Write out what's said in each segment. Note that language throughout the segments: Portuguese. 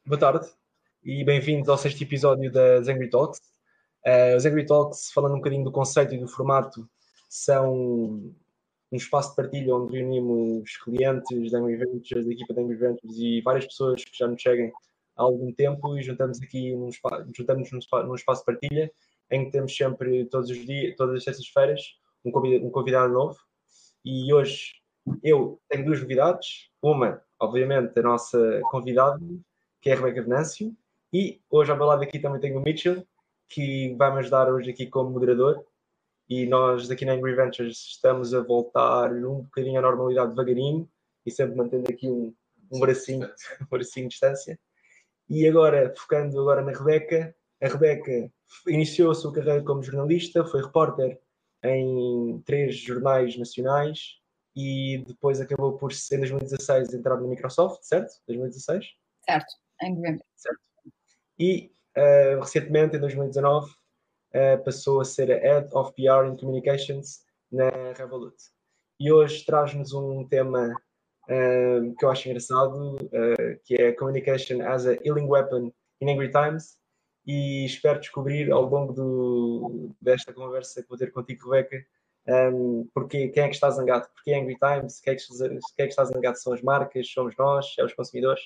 Boa tarde e bem-vindos ao sexto episódio das Angry Talks. Os Angry Talks, falando um bocadinho do conceito e do formato, são um espaço de partilha onde reunimos clientes da Angry Ventures, da equipa da Angry Ventures e várias pessoas que já nos seguem há algum tempo e juntamos aqui num espaço de partilha em que temos sempre todos os dias, todas as sextas-feiras, um convidado novo. E hoje eu tenho duas novidades. Uma, obviamente, a nossa convidada, que é a Rebeca Venâncio, e hoje ao meu lado aqui também tenho o Mitchell, que vai me ajudar hoje aqui como moderador, e nós aqui na Angry Ventures estamos a voltar um bocadinho à normalidade devagarinho, e sempre mantendo aqui um bracinho de distância. E agora, focando agora na Rebeca, a Rebeca iniciou a sua carreira como jornalista, foi repórter em 3 jornais nacionais, e depois acabou por, em 2016, entrar na Microsoft, certo? 2016? Certo, em novembro. Certo. E recentemente, em 2019, passou a ser a Head of PR and Communications na Revolut. E hoje traz-nos um tema que eu acho engraçado, que é Communication as a Healing Weapon in Angry Times, e espero descobrir ao longo desta conversa que vou ter contigo, Rebeca, porque quem é que está zangado? Porque Angry Times? Quem é que está zangado? São as marcas? Somos nós? São os consumidores?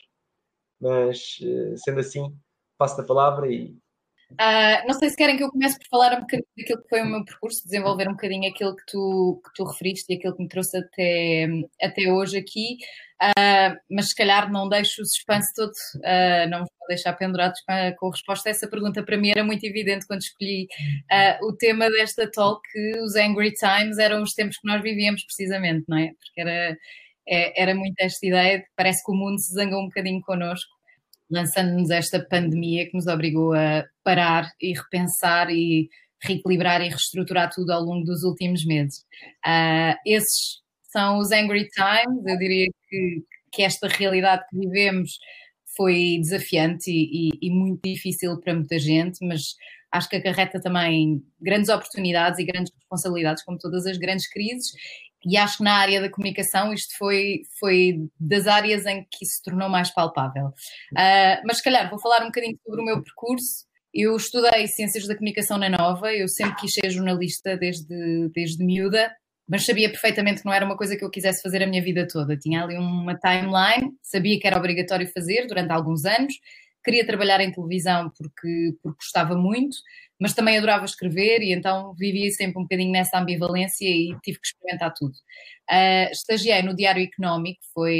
Mas, sendo assim, passo a palavra e... Não sei se querem que eu comece por falar um bocadinho daquilo que foi o meu percurso, desenvolver um bocadinho aquilo que tu referiste e aquilo que me trouxe até hoje aqui, mas se calhar não deixo o suspense todo, não vos vou deixar pendurados com a resposta a essa pergunta. Para mim era muito evidente quando escolhi o tema desta talk que os Angry Times eram os tempos que nós vivíamos precisamente, não é? Porque era muito esta ideia de que parece que o mundo se zanga um bocadinho connosco, lançando-nos esta pandemia que nos obrigou a parar e repensar e reequilibrar e reestruturar tudo ao longo dos últimos meses. Esses são os Angry Times. Eu diria que esta realidade que vivemos foi desafiante e muito difícil para muita gente, mas acho que acarreta também grandes oportunidades e grandes responsabilidades, como todas as grandes crises. E acho que na área da comunicação isto foi das áreas em que isso se tornou mais palpável. Mas se calhar vou falar um bocadinho sobre o meu percurso. Eu estudei Ciências da Comunicação na Nova, eu sempre quis ser jornalista desde miúda, mas sabia perfeitamente que não era uma coisa que eu quisesse fazer a minha vida toda. Tinha ali uma timeline, sabia que era obrigatório fazer durante alguns anos, queria trabalhar em televisão porque gostava muito, mas também adorava escrever e então vivia sempre um bocadinho nessa ambivalência e tive que experimentar tudo. Estagiei no Diário Económico,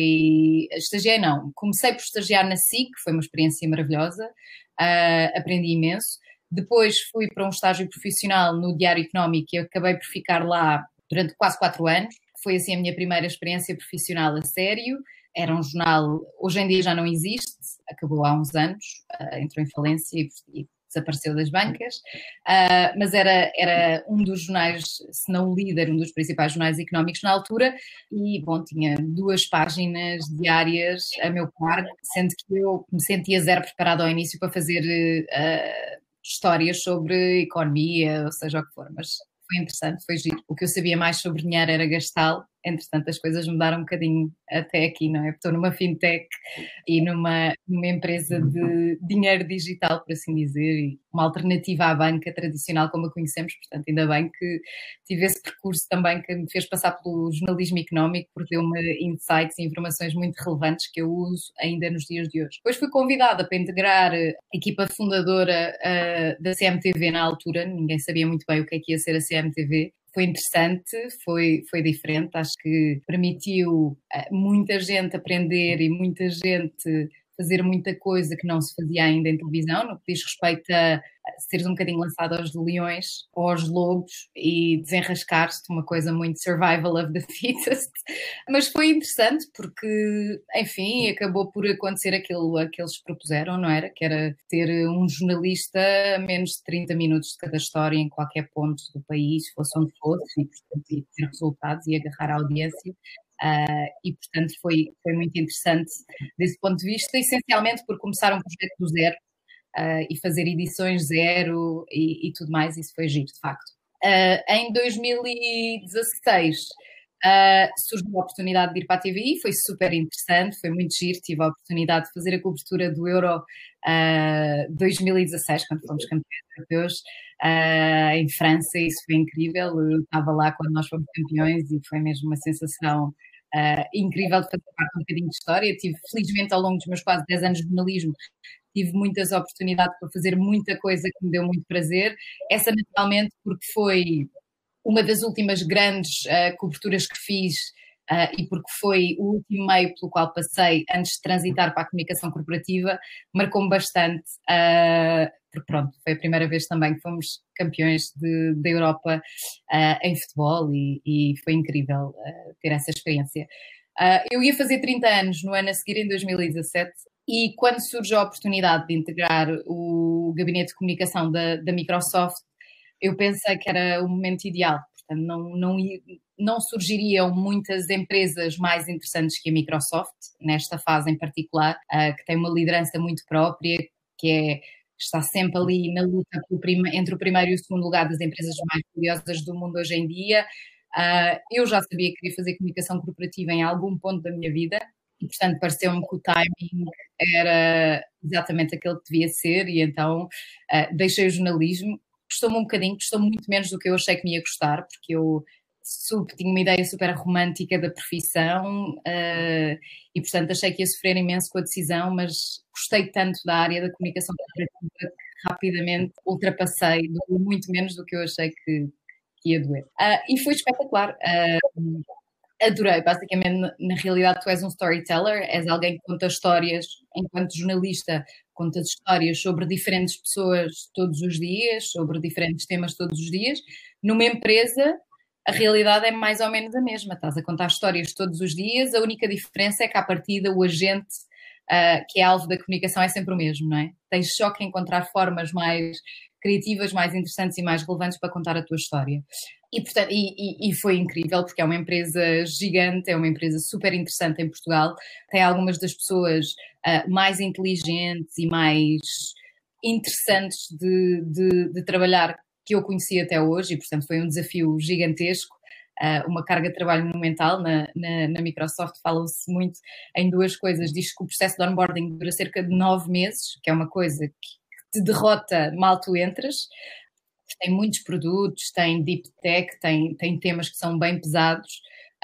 comecei por estagiar na SIC, foi uma experiência maravilhosa, aprendi imenso. Depois fui para um estágio profissional no Diário Económico e acabei por ficar lá durante quase 4 anos. Foi assim a minha primeira experiência profissional a sério. Era um jornal, hoje em dia já não existe, acabou há uns anos, entrou em falência e desapareceu das bancas, mas era um dos jornais, se não o líder, um dos principais jornais económicos na altura, e bom, tinha 2 páginas diárias a meu cargo, sendo que eu me sentia zero preparada ao início para fazer histórias sobre economia, ou seja o que for, mas foi interessante, foi giro. O que eu sabia mais sobre dinheiro era gastá-lo. Entretanto, as coisas mudaram um bocadinho até aqui, não é? Estou numa fintech e numa empresa de dinheiro digital, por assim dizer, e uma alternativa à banca tradicional como a conhecemos. Portanto, ainda bem que tive esse percurso também que me fez passar pelo jornalismo económico, porque deu-me insights e informações muito relevantes que eu uso ainda nos dias de hoje. Depois fui convidada para integrar a equipa fundadora da CMTV na altura. Ninguém sabia muito bem o que ia ser a CMTV. Foi interessante, foi diferente, acho que permitiu muita gente aprender e muita gente fazer muita coisa que não se fazia ainda em televisão, no que diz respeito a seres um bocadinho lançado aos leões ou aos lobos e desenrascar-te, uma coisa muito survival of the fittest. Mas foi interessante porque, enfim, acabou por acontecer aquilo que eles propuseram, não era? Que era ter um jornalista a menos de 30 minutos de cada história em qualquer ponto do país, fosse onde fosse, e portanto ter resultados e agarrar a audiência. E portanto foi muito interessante desse ponto de vista, essencialmente por começar um projeto do zero e fazer edições zero e tudo mais. Isso foi giro, de facto. Em 2016 surgiu a oportunidade de ir para a TVI, foi super interessante, foi muito giro, tive a oportunidade de fazer a cobertura do Euro 2016, quando fomos campeões europeus, em França, isso foi incrível, eu estava lá quando nós fomos campeões e foi mesmo uma sensação incrível de fazer parte de um bocadinho de história. Tive, felizmente, ao longo dos meus quase 10 anos de jornalismo, tive muitas oportunidades para fazer muita coisa que me deu muito prazer. Essa, naturalmente, porque foi uma das últimas grandes coberturas que fiz e porque foi o último meio pelo qual passei antes de transitar para a comunicação corporativa, marcou-me bastante, porque pronto, foi a primeira vez também que fomos campeões da Europa em futebol e foi incrível ter essa experiência. Eu ia fazer 30 anos no ano a seguir, em 2017, e quando surgiu a oportunidade de integrar o gabinete de comunicação da Microsoft, eu pensei que era o momento ideal. Portanto, não surgiriam muitas empresas mais interessantes que a Microsoft, nesta fase em particular, que tem uma liderança muito própria, está sempre ali na luta entre o primeiro e o segundo lugar das empresas mais valiosas do mundo hoje em dia. Eu já sabia que queria fazer comunicação corporativa em algum ponto da minha vida e, portanto, pareceu-me que o timing era exatamente aquele que devia ser e então deixei o jornalismo. Custou-me um bocadinho, custou-me muito menos do que eu achei que me ia custar, porque eu tinha uma ideia super romântica da profissão e, portanto, achei que ia sofrer imenso com a decisão, mas gostei tanto da área da comunicação corporativa que rapidamente ultrapassei, muito menos do que eu achei que ia doer. E foi espetacular. Adorei, basicamente, na realidade tu és um storyteller, és alguém que conta histórias, enquanto jornalista contas histórias sobre diferentes pessoas todos os dias, sobre diferentes temas todos os dias. Numa empresa, a realidade é mais ou menos a mesma, estás a contar histórias todos os dias, a única diferença é que à partida o agente que é alvo da comunicação é sempre o mesmo, não é? Tens só que encontrar formas mais criativas, mais interessantes e mais relevantes para contar a tua história. E, portanto, foi incrível, porque é uma empresa gigante, é uma empresa super interessante em Portugal, tem algumas das pessoas mais inteligentes e mais interessantes de trabalhar que eu conheci até hoje, e portanto foi um desafio gigantesco, uma carga de trabalho monumental. Na Microsoft falam-se muito em duas coisas, diz que o processo de onboarding dura cerca de 9 meses, que é uma coisa que te derrota mal tu entras. Tem muitos produtos, tem deep tech, tem temas que são bem pesados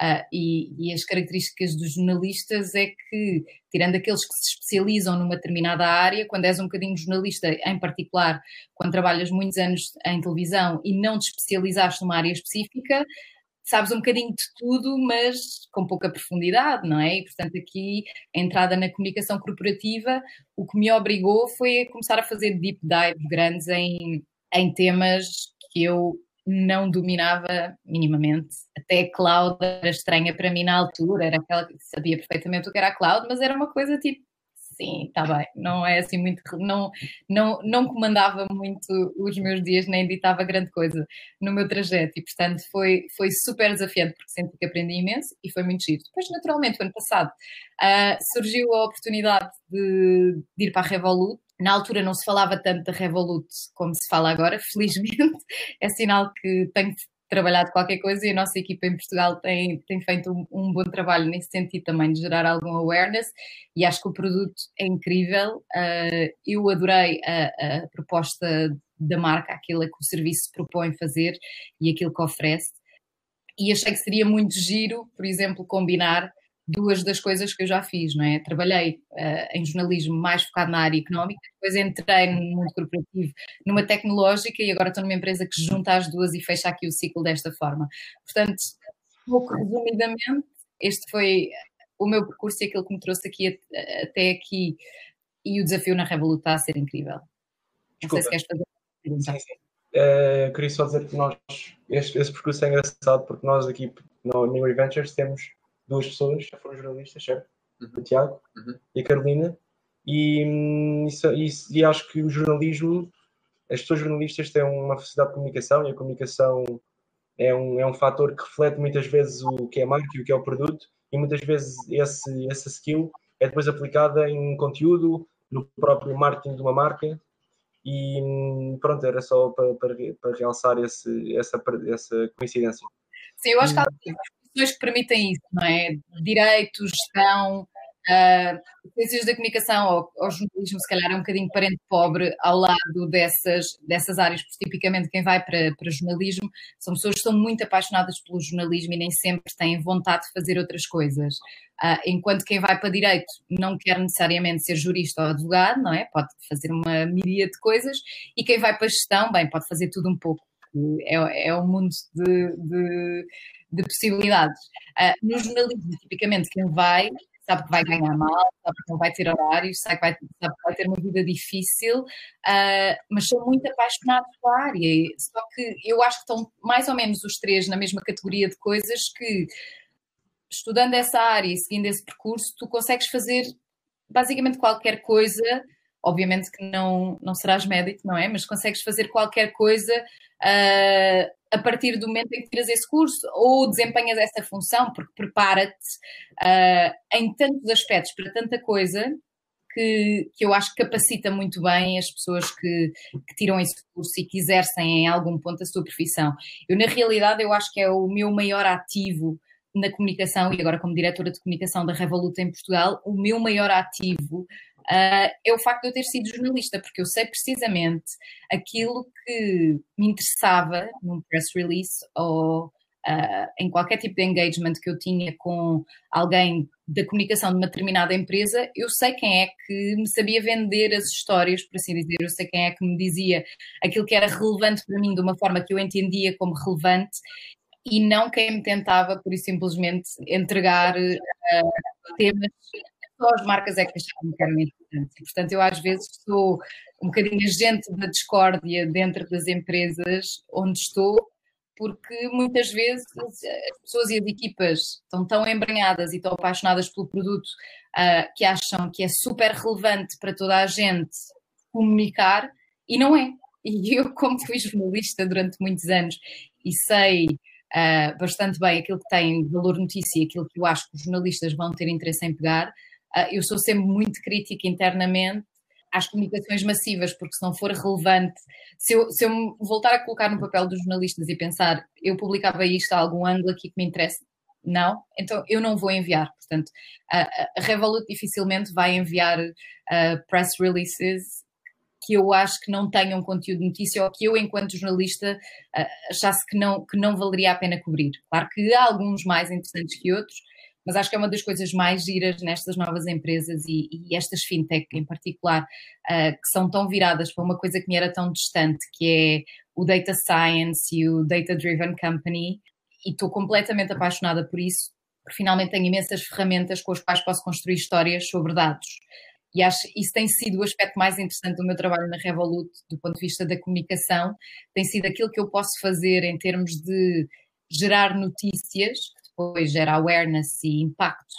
e as características dos jornalistas é que, tirando aqueles que se especializam numa determinada área, quando és um bocadinho jornalista, em particular, quando trabalhas muitos anos em televisão e não te especializaste numa área específica, sabes um bocadinho de tudo, mas com pouca profundidade, não é? E, portanto, aqui, a entrada na comunicação corporativa, o que me obrigou foi a começar a fazer deep dives grandes em temas que eu não dominava minimamente. Até a cloud era estranha para mim na altura, era aquela que sabia perfeitamente o que era a cloud, mas era uma coisa tipo, sim, está bem, não é assim muito, não comandava muito os meus dias, nem ditava grande coisa no meu trajeto e, portanto, foi super desafiante, porque senti que aprendi imenso e foi muito giro. Depois, naturalmente, o ano passado surgiu a oportunidade de ir para a Revolut. Na altura não se falava tanto da Revolut como se fala agora, felizmente. É sinal que tenho trabalhado qualquer coisa e a nossa equipa em Portugal tem feito um bom trabalho nesse sentido também, de gerar algum awareness, e acho que o produto é incrível. Eu adorei a proposta da marca, aquilo que o serviço se propõe fazer e aquilo que oferece, e achei que seria muito giro, por exemplo, combinar duas das coisas que eu já fiz, não é? Trabalhei em jornalismo mais focado na área económica, depois entrei no mundo corporativo, numa tecnológica, e agora estou numa empresa que junta as duas e fecha aqui o ciclo desta forma. Portanto, pouco resumidamente, este foi o meu percurso e aquilo que me trouxe aqui até aqui, e o desafio na Revolut está a ser incrível. Desculpa. Não sei se queres fazer uma pergunta. Sim. Queria só dizer que nós, esse percurso é engraçado, porque nós aqui no New Ventures temos duas pessoas que foram jornalistas, certo? O Tiago e a Carolina, e acho que o jornalismo, as pessoas jornalistas têm uma facilidade de comunicação, e a comunicação é um fator que reflete muitas vezes o que é a marca e o que é o produto, e muitas vezes essa skill é depois aplicada em conteúdo, no próprio marketing de uma marca, e pronto, era só para realçar essa coincidência. Sim, eu acho que profissões que permitem isso, não é? Direito, gestão, ciências da comunicação ou jornalismo, se calhar é um bocadinho parente pobre ao lado dessas áreas, porque tipicamente quem vai para jornalismo são pessoas que são muito apaixonadas pelo jornalismo e nem sempre têm vontade de fazer outras coisas. Enquanto quem vai para direito não quer necessariamente ser jurista ou advogado, não é? Pode fazer uma miríade de coisas, e quem vai para gestão, bem, pode fazer tudo um pouco. É um mundo de possibilidades. No jornalismo, tipicamente, quem vai sabe que vai ganhar mal, sabe que não vai ter horários, sabe que vai ter uma vida difícil, mas são muito apaixonados pela área. Só que eu acho que estão mais ou menos os três na mesma categoria de coisas que, estudando essa área e seguindo esse percurso, tu consegues fazer basicamente qualquer coisa. Obviamente que não serás médico, não é? Mas consegues fazer qualquer coisa a partir do momento em que tiras esse curso ou desempenhas essa função, porque prepara-te em tantos aspectos para tanta coisa que eu acho que capacita muito bem as pessoas que tiram esse curso e que exercem em algum ponto a sua profissão. Eu, na realidade, eu acho que é o meu maior ativo na comunicação, e agora como diretora de comunicação da Revolut em Portugal, o meu maior ativo é o facto de eu ter sido jornalista, porque eu sei precisamente aquilo que me interessava num press release ou em qualquer tipo de engagement que eu tinha com alguém da comunicação de uma determinada empresa. Eu sei quem é que me sabia vender as histórias, por assim dizer, eu sei quem é que me dizia aquilo que era relevante para mim de uma forma que eu entendia como relevante, e não quem me tentava, por isso simplesmente, entregar temas que só as marcas é que achavam que eram importantes. E, portanto, eu às vezes sou um bocadinho agente da discórdia dentro das empresas onde estou, porque muitas vezes as pessoas e as equipas estão tão embrenhadas e tão apaixonadas pelo produto que acham que é super relevante para toda a gente comunicar, e não é. E eu, como fui jornalista durante muitos anos e sei bastante bem aquilo que tem valor notícia e aquilo que eu acho que os jornalistas vão ter interesse em pegar, eu sou sempre muito crítica internamente às comunicações massivas, porque se não for relevante, se eu me voltar a colocar no papel dos jornalistas e pensar, eu publicava isto a algum ângulo aqui que me interessa, não, então eu não vou enviar. Portanto, a Revolut dificilmente vai enviar press releases que eu acho que não tenham conteúdo de notícia ou que eu, enquanto jornalista, achasse que não valeria a pena cobrir. Claro que há alguns mais interessantes que outros, mas acho que é uma das coisas mais giras nestas novas empresas e estas fintech em particular, que são tão viradas para uma coisa que me era tão distante, que é o data science e o data-driven company, e estou completamente apaixonada por isso, porque finalmente tenho imensas ferramentas com as quais posso construir histórias sobre dados. E acho que isso tem sido o aspecto mais interessante do meu trabalho na Revolut, do ponto de vista da comunicação, tem sido aquilo que eu posso fazer em termos de gerar notícias, que depois gera awareness e impacto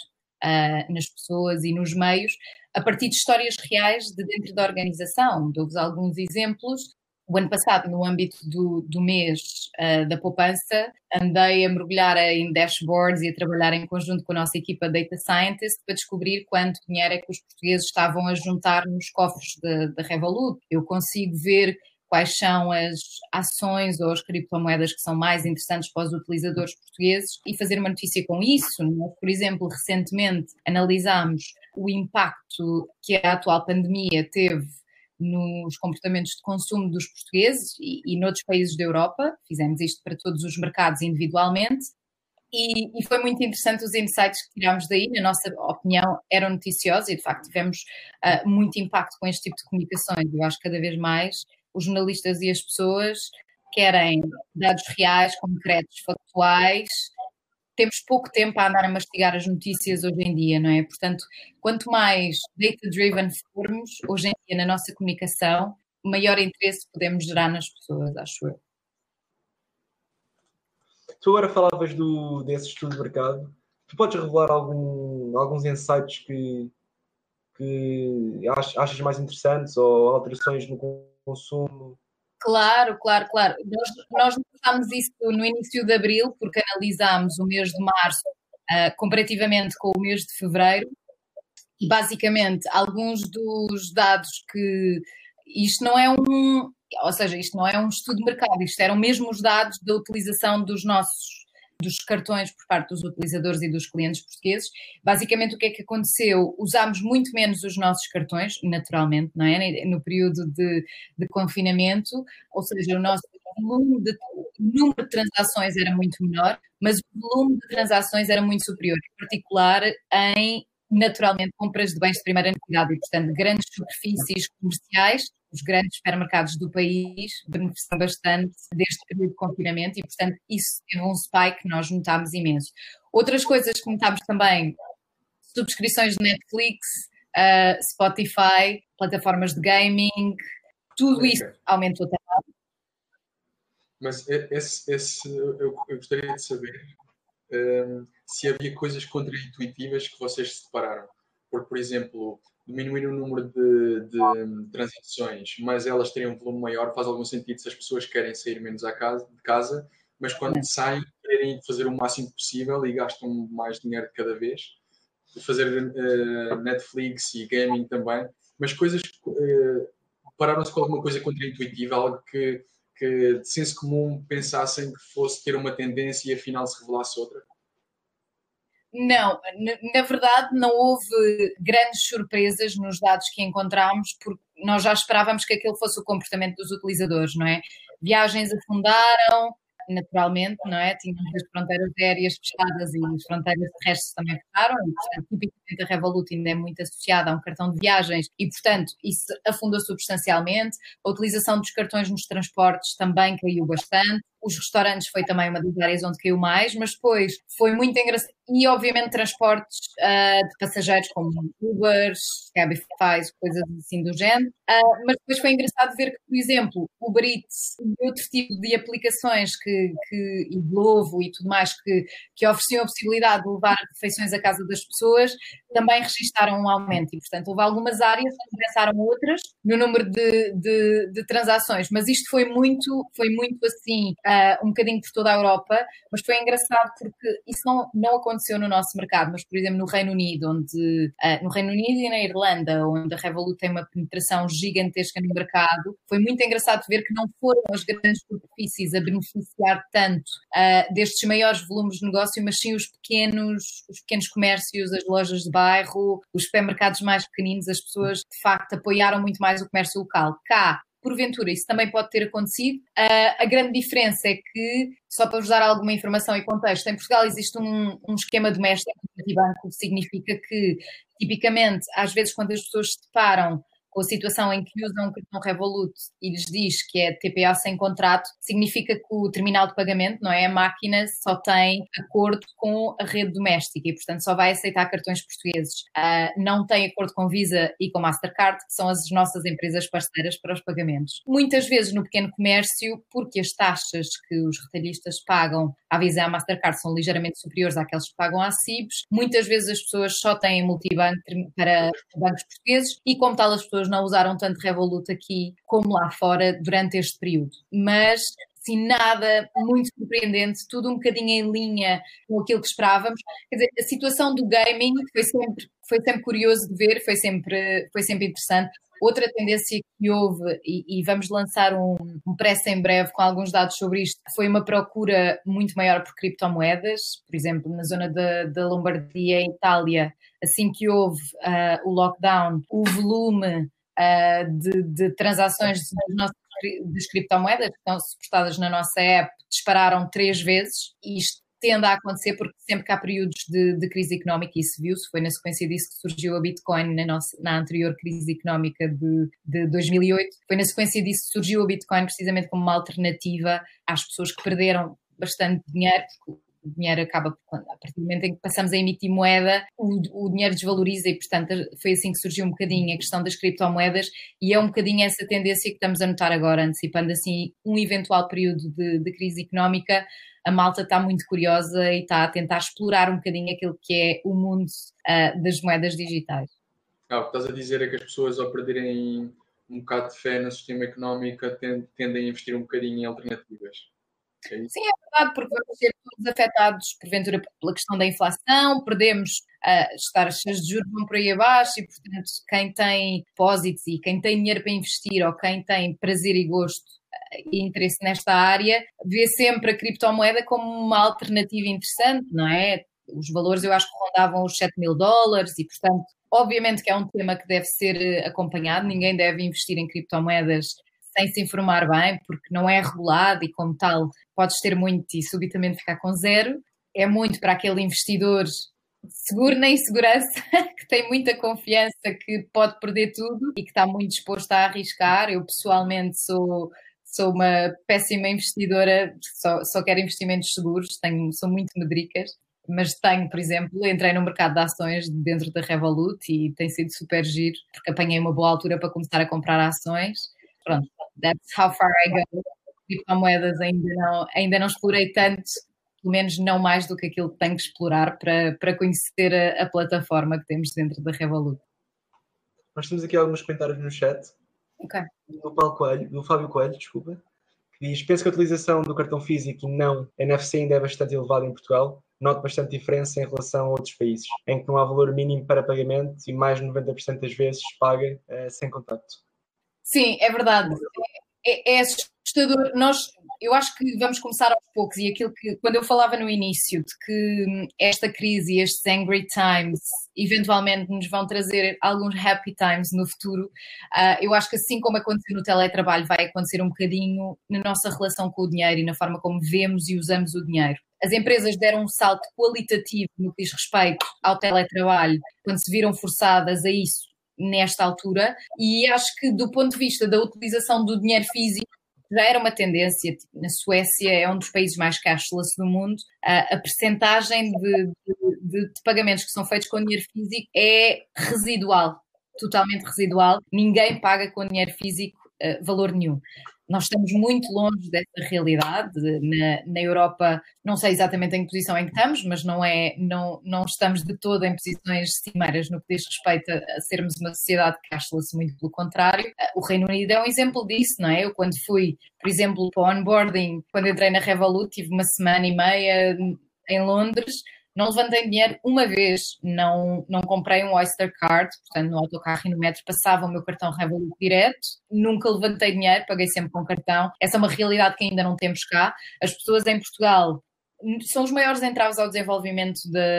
nas pessoas e nos meios, a partir de histórias reais de dentro da organização. Dou-vos alguns exemplos. O ano passado, no âmbito do mês da poupança, andei a mergulhar em dashboards e a trabalhar em conjunto com a nossa equipa Data Scientist para descobrir quanto dinheiro é que os portugueses estavam a juntar nos cofres da Revolut. Eu consigo ver quais são as ações ou as criptomoedas que são mais interessantes para os utilizadores portugueses e fazer uma notícia com isso. Por exemplo, recentemente analisámos o impacto que a atual pandemia teve nos comportamentos de consumo dos portugueses e noutros países da Europa. Fizemos isto para todos os mercados individualmente e foi muito interessante os insights que tirámos daí. Na nossa opinião, eram noticiosos e, de facto, tivemos muito impacto com este tipo de comunicações. Eu acho que cada vez mais os jornalistas e as pessoas querem dados reais, concretos, factuais. Temos pouco tempo a andar a mastigar as notícias hoje em dia, não é? Portanto, quanto mais data-driven formos hoje em dia na nossa comunicação, maior interesse podemos gerar nas pessoas, acho eu. Tu agora falavas desse estudo de mercado. Tu podes revelar alguns insights que achas mais interessantes ou alterações no consumo? Claro. Nós notámos isso no início de abril, porque analisámos o mês de março comparativamente com o mês de fevereiro e, basicamente, alguns dos dados que... Isto não é isto não é um estudo de mercado, isto eram mesmo os dados da utilização dos nossos dos cartões por parte dos utilizadores e dos clientes portugueses. Basicamente, o que é que aconteceu? Usámos muito menos os nossos cartões, naturalmente, não é? No período de confinamento, ou seja, o nosso número de transações era muito menor, mas o volume de transações era muito superior, em particular em, naturalmente, compras de bens de primeira necessidade e, portanto, grandes superfícies comerciais. Os grandes supermercados do país beneficiam bastante deste período de confinamento e, portanto, isso teve um spike que nós notámos imenso. Outras coisas que notámos também, subscrições de Netflix, Spotify, plataformas de gaming, tudo isso aumentou também. Mas eu gostaria de saber se havia coisas contraintuitivas que vocês se depararam. Porque, por exemplo, diminuir o número de transações, mas elas terem um volume maior, faz algum sentido se as pessoas querem sair menos de casa, mas quando saem, querem fazer o máximo possível e gastam mais dinheiro de cada vez. Fazer Netflix e gaming também. Mas coisas... pararam-se com alguma coisa contraintuitiva, algo que de senso comum pensassem que fosse ter uma tendência e afinal se revelasse outra? Não, na verdade não houve grandes surpresas nos dados que encontramos, porque nós já esperávamos que aquele fosse o comportamento dos utilizadores, não é? Viagens afundaram, naturalmente, não é? Tínhamos as fronteiras aéreas fechadas e as fronteiras terrestres também fecharam, e, portanto, tipicamente a Revolut ainda é muito associada a um cartão de viagens e, portanto, isso afundou substancialmente. A utilização dos cartões nos transportes também caiu bastante. Os restaurantes foi também uma das áreas onde caiu mais, mas depois foi muito engraçado. E, obviamente, transportes de passageiros como Ubers, Cabify, coisas assim do género. Mas depois foi engraçado ver que, por exemplo, Uber Eats e outro tipo de aplicações e Glovo e tudo mais que ofereciam a possibilidade de levar refeições à casa das pessoas, também registaram um aumento. E, portanto, houve algumas áreas que compensaram outras no número de transações. Mas isto foi muito assim... um bocadinho por toda a Europa, mas foi engraçado porque isso não aconteceu no nosso mercado, mas, por exemplo, no Reino Unido, no Reino Unido e na Irlanda, onde a Revolut tem uma penetração gigantesca no mercado, foi muito engraçado ver que não foram as grandes superfícies a beneficiar tanto destes maiores volumes de negócio, mas sim os pequenos comércios, as lojas de bairro, os supermercados mais pequeninos, as pessoas, de facto, apoiaram muito mais o comércio local. Porventura, isso também pode ter acontecido. A grande diferença é que, só para vos dar alguma informação e contexto, em Portugal existe um esquema doméstico do multibanco, que significa que, tipicamente, às vezes quando as pessoas se deparam com a situação em que usam um cartão Revolut e lhes diz que é TPA sem contrato, significa que o terminal de pagamento, não é? A máquina só tem acordo com a rede doméstica e, portanto, só vai aceitar cartões portugueses. Não tem acordo com Visa e com Mastercard, que são as nossas empresas parceiras para os pagamentos. Muitas vezes no pequeno comércio, porque as taxas que os retalhistas pagam à Visa e à Mastercard são ligeiramente superiores àquelas que pagam à CIBS, muitas vezes as pessoas só têm multibanco para bancos portugueses e, como tal, as pessoas não usaram tanto Revolut aqui como lá fora durante este período. Mas, assim, nada muito surpreendente, tudo um bocadinho em linha com aquilo que esperávamos. Quer dizer, a situação do gaming foi sempre curioso de ver, foi sempre interessante. Outra tendência que houve, e vamos lançar um press em breve com alguns dados sobre isto, foi uma procura muito maior por criptomoedas. Por exemplo, na zona da Lombardia, em Itália, assim que houve o lockdown, o volume de transações das criptomoedas que estão suportadas na nossa app dispararam 3 vezes, e isto tende a acontecer porque sempre que há períodos de crise económica, e isso viu-se, foi na sequência disso que surgiu a Bitcoin na anterior crise económica de 2008, foi na sequência disso que surgiu a Bitcoin precisamente como uma alternativa às pessoas que perderam bastante dinheiro, porque o dinheiro acaba, a partir do momento em que passamos a emitir moeda, o dinheiro desvaloriza e, portanto, foi assim que surgiu um bocadinho a questão das criptomoedas, e é um bocadinho essa tendência que estamos a notar agora, antecipando assim um eventual período de crise económica. A malta está muito curiosa e está a tentar explorar um bocadinho aquilo que é o mundo das moedas digitais. O que estás a dizer é que as pessoas, ao perderem um bocado de fé no sistema económico, tendem a investir um bocadinho em alternativas. Sim, é verdade, porque vamos ser todos afetados, porventura, pela questão da inflação, perdemos as taxas de juros vão por aí abaixo e, portanto, quem tem depósitos e quem tem dinheiro para investir ou quem tem prazer e gosto e interesse nesta área, vê sempre a criptomoeda como uma alternativa interessante, não é? Os valores eu acho que rondavam os $7.000 e, portanto, obviamente que é um tema que deve ser acompanhado, ninguém deve investir em criptomoedas sem se informar bem, porque não é regulado e, como tal, podes ter muito e subitamente ficar com zero. É muito para aquele investidor seguro na insegurança, que tem muita confiança que pode perder tudo e que está muito disposto a arriscar. Eu, pessoalmente, sou uma péssima investidora, só quero investimentos seguros, sou muito medricas. Mas tenho, por exemplo, entrei no mercado de ações dentro da Revolut e tem sido super giro, porque apanhei uma boa altura para começar a comprar ações. Pronto, that's how far I go. Criptomoedas ainda não explorei tanto, pelo menos não mais do que aquilo que tenho que explorar para conhecer a plataforma que temos dentro da Revolut. Nós temos aqui alguns comentários no chat. Ok. Do Fábio Coelho, desculpa, que diz: penso que a utilização do cartão físico e não NFC ainda é bastante elevada em Portugal. Noto bastante diferença em relação a outros países, em que não há valor mínimo para pagamento e mais de 90% das vezes paga sem contacto. Sim, é verdade. É assustador. Eu acho que vamos começar aos poucos, e aquilo que, quando eu falava no início de que esta crise e estes angry times eventualmente nos vão trazer alguns happy times no futuro, eu acho que assim como aconteceu no teletrabalho, vai acontecer um bocadinho na nossa relação com o dinheiro e na forma como vemos e usamos o dinheiro. As empresas deram um salto qualitativo no que diz respeito ao teletrabalho, quando se viram forçadas a isso nesta altura, e acho que do ponto de vista da utilização do dinheiro físico já era uma tendência. Na Suécia é um dos países mais cashless do mundo, a percentagem de pagamentos que são feitos com dinheiro físico é residual, totalmente residual. Ninguém paga com dinheiro físico valor nenhum. Nós estamos muito longe dessa realidade. Na Europa, não sei exatamente em que posição em que estamos, mas não estamos de todo em posições cimeiras no que diz respeito a sermos uma sociedade cashless, muito pelo contrário. O Reino Unido é um exemplo disso, não é? Eu, quando fui, por exemplo, para o onboarding, quando entrei na Revolut, tive uma semana e meia em Londres. Não levantei dinheiro uma vez, não comprei um Oyster Card, portanto no autocarro e no metro passava o meu cartão Revolut direto, nunca levantei dinheiro, paguei sempre com cartão. Essa é uma realidade que ainda não temos cá. As pessoas em Portugal são os maiores entraves ao desenvolvimento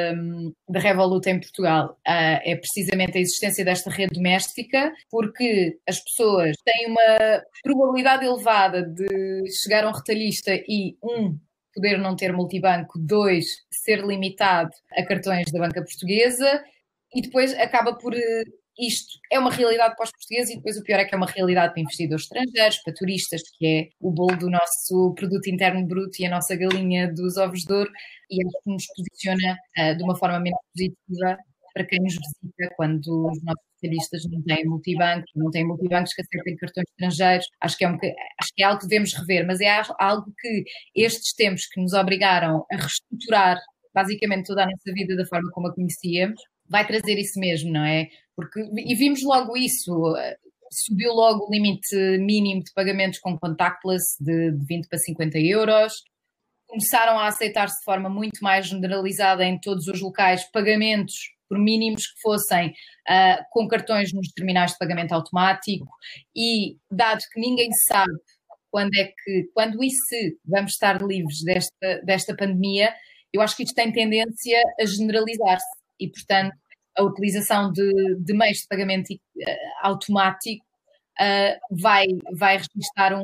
da Revolut em Portugal. É precisamente a existência desta rede doméstica, porque as pessoas têm uma probabilidade elevada de chegar a um retalhista e poder não ter multibanco, 2, ser limitado a cartões da banca portuguesa, e depois acaba por isto é uma realidade para os portugueses, e depois o pior é que é uma realidade para investidores estrangeiros, para turistas, que é o bolo do nosso produto interno bruto e a nossa galinha dos ovos de ouro, e acho que nos posiciona de uma forma menos positiva para quem nos visita quando os nossos especialistas não têm multibancos que aceitem cartões estrangeiros. Acho que é algo que devemos rever, mas é algo que estes tempos que nos obrigaram a reestruturar basicamente toda a nossa vida da forma como a conhecíamos, vai trazer isso mesmo, não é? E vimos logo isso, subiu logo o limite mínimo de pagamentos com contactless de 20 para 50 euros, começaram a aceitar-se de forma muito mais generalizada em todos os locais pagamentos por mínimos que fossem com cartões nos terminais de pagamento automático, e dado que ninguém sabe quando e se vamos estar livres desta pandemia, eu acho que isto tem tendência a generalizar-se e, portanto, a utilização de meios de pagamento automático vai registrar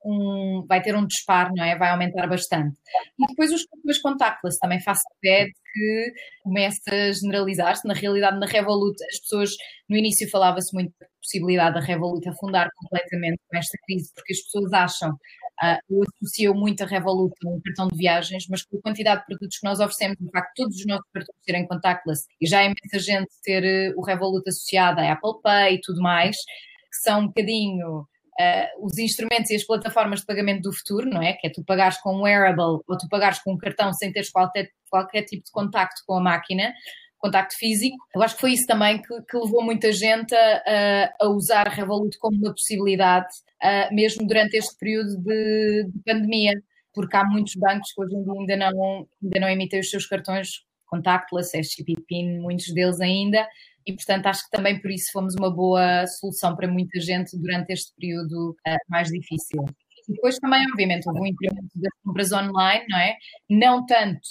vai ter um disparo, não é? Vai aumentar bastante. E depois os cartões contactless também faço ideia de que começa a generalizar-se. Na realidade, na Revolut, as pessoas, no início falava-se muito da possibilidade da Revolut afundar completamente com esta crise, porque as pessoas acham, eu associo muito a Revolut a um cartão de viagens, mas com a quantidade de produtos que nós oferecemos, de facto, todos os nossos cartões serem contactless, e já é muita gente ter o Revolut associado à Apple Pay e tudo mais, que são um bocadinho os instrumentos e as plataformas de pagamento do futuro, não é? Que é tu pagares com um wearable ou tu pagares com um cartão sem teres qualquer tipo de contacto com a máquina, contacto físico. Eu acho que foi isso também que levou muita gente a usar a Revolut como uma possibilidade, mesmo durante este período de pandemia, porque há muitos bancos que hoje em dia ainda não emitem os seus cartões contactless, SCP PIN, muitos deles ainda, e portanto acho que também por isso fomos uma boa solução para muita gente durante este período mais difícil. depois também, obviamente, houve um incremento das compras online, não é? Não tanto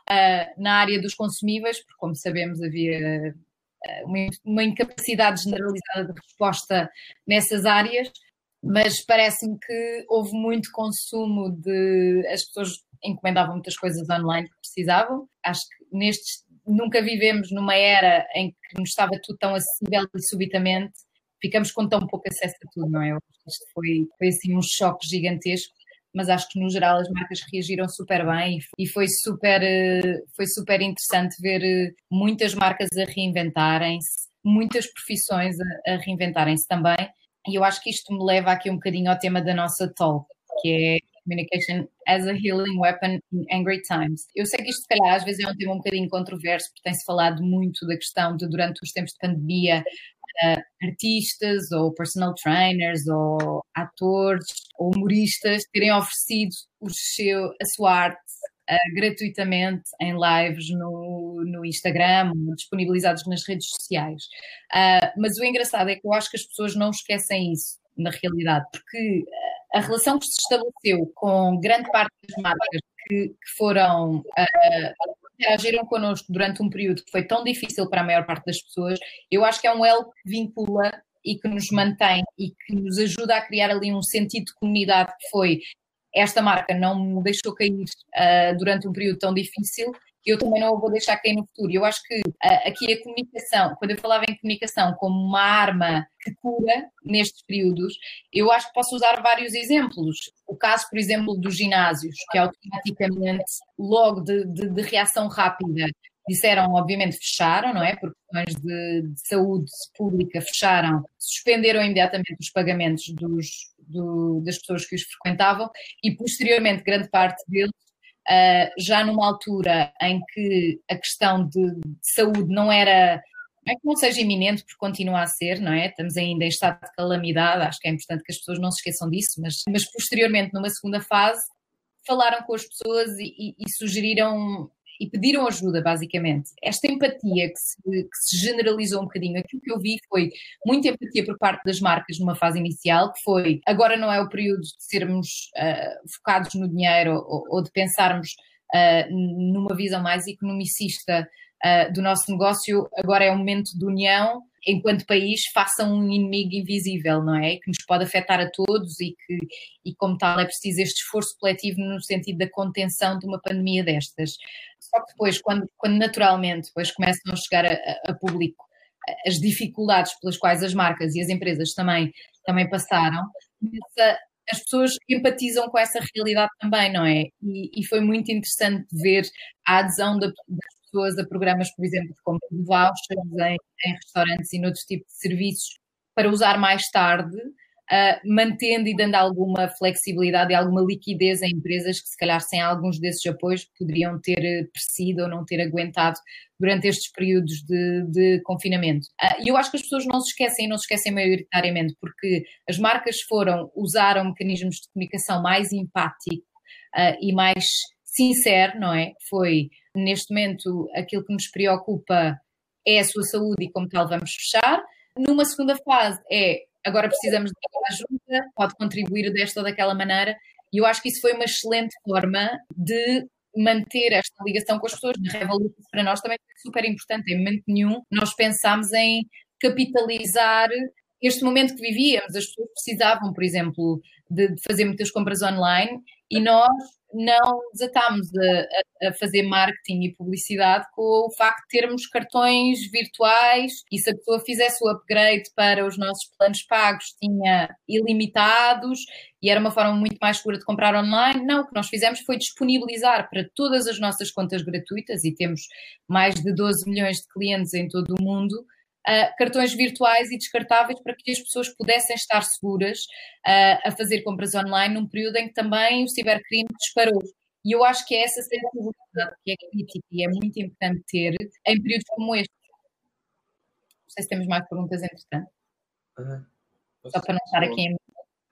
na área dos consumíveis, porque, como sabemos, havia uma incapacidade generalizada de resposta nessas áreas, mas parece-me que houve muito consumo as pessoas encomendavam muitas coisas online que precisavam. Acho que nunca vivemos numa era em que nos estava tudo tão acessível e subitamente ficamos com tão pouco acesso a tudo, não é? Isto foi assim um choque gigantesco, mas acho que no geral as marcas reagiram super bem e foi super interessante ver muitas marcas a reinventarem-se, muitas profissões a reinventarem-se também. E eu acho que isto me leva aqui um bocadinho ao tema da nossa talk, que é Communication as a Healing Weapon in Angry Times. Eu sei que isto, se calhar, às vezes é um tema um bocadinho controverso, porque tem-se falado muito da questão de, durante os tempos de pandemia, artistas ou personal trainers ou atores ou humoristas terem oferecido a sua arte gratuitamente em lives no Instagram, disponibilizados nas redes sociais. Mas o engraçado é que eu acho que as pessoas não esquecem isso, na realidade, porque a relação que se estabeleceu com grande parte das marcas que foram interagiram connosco durante um período que foi tão difícil para a maior parte das pessoas, eu acho que é um elo que vincula e que nos mantém e que nos ajuda a criar ali um sentido de comunidade que foi esta marca não me deixou cair durante um período tão difícil, eu também não a vou deixar cair no futuro. Eu acho que aqui a comunicação, quando eu falava em comunicação como uma arma que cura nestes períodos, eu acho que posso usar vários exemplos. O caso, por exemplo, dos ginásios, que automaticamente, logo de reação rápida, disseram, obviamente, fecharam, não é? Por questões de saúde pública, fecharam, suspenderam imediatamente os pagamentos das pessoas que os frequentavam e, posteriormente, grande parte deles, já numa altura em que a questão de saúde não é que não seja iminente, porque continua a ser, não é? Estamos ainda em estado de calamidade, acho que é importante que as pessoas não se esqueçam disso, mas posteriormente, numa segunda fase, falaram com as pessoas e sugeriram e pediram ajuda, basicamente. Esta empatia que se generalizou um bocadinho, aquilo que eu vi foi muita empatia por parte das marcas numa fase inicial, que foi, agora não é o período de sermos focados no dinheiro ou de pensarmos numa visão mais economicista do nosso negócio, agora é um momento de união, enquanto país, faça um inimigo invisível, não é? Que nos pode afetar a todos e como tal é preciso este esforço coletivo no sentido da contenção de uma pandemia destas. Só que depois, quando naturalmente depois começam a chegar a público as dificuldades pelas quais as marcas e as empresas também passaram, as pessoas empatizam com essa realidade também, não é? E foi muito interessante ver a adesão das pessoas a programas, por exemplo, de compra de vouchers em restaurantes e noutros tipos de serviços para usar mais tarde, mantendo e dando alguma flexibilidade e alguma liquidez a empresas que, se calhar, sem alguns desses apoios, poderiam ter perecido ou não ter aguentado durante estes períodos de confinamento. E eu acho que as pessoas não se esquecem maioritariamente, porque as marcas usaram mecanismos de comunicação mais empático e mais sincero, não é? Foi, neste momento, aquilo que nos preocupa é a sua saúde e como tal vamos fechar. Numa segunda fase agora precisamos de ajuda, pode contribuir desta ou daquela maneira, e eu acho que isso foi uma excelente forma de manter esta ligação com as pessoas. Na Revolut, para nós também foi super importante, em momento nenhum nós pensámos em capitalizar este momento que vivíamos. As pessoas precisavam, por exemplo, de fazer muitas compras online e nós não desatámos a fazer marketing e publicidade com o facto de termos cartões virtuais e se a pessoa fizesse o upgrade para os nossos planos pagos tinha ilimitados e era uma forma muito mais segura de comprar online. Não, o que nós fizemos foi disponibilizar para todas as nossas contas gratuitas e temos mais de 12 milhões de clientes em todo o mundo, cartões virtuais e descartáveis para que as pessoas pudessem estar seguras a fazer compras online num período em que também o cibercrime disparou. E eu acho que é essa sensibilidade que é crítica e é muito importante ter em períodos como este. Não sei se temos mais perguntas, entretanto. Só para não estar aqui em...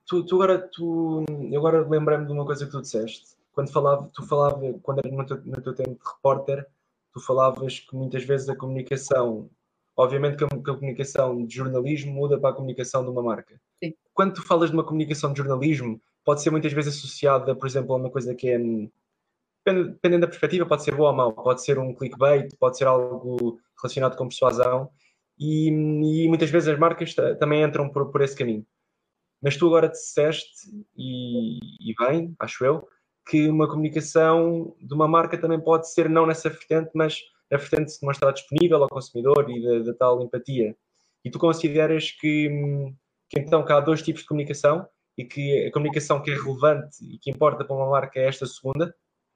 Eu agora lembrei-me de uma coisa que tu disseste. Quando era no teu tempo de repórter, tu falavas que muitas vezes a comunicação... Obviamente que a comunicação de jornalismo muda para a comunicação de uma marca. Sim. Quando tu falas de uma comunicação de jornalismo, pode ser muitas vezes associada, por exemplo, a uma coisa que é, dependendo da perspectiva, pode ser boa ou mau, pode ser um clickbait, pode ser algo relacionado com persuasão, e muitas vezes as marcas também entram por esse caminho. Mas tu agora disseste, e bem, acho eu, que uma comunicação de uma marca também pode ser não nessa vertente, mas na vertente de se mostrar disponível ao consumidor e da tal empatia. E tu consideras que então que há dois tipos de comunicação e que a comunicação que é relevante e que importa para uma marca é esta segunda?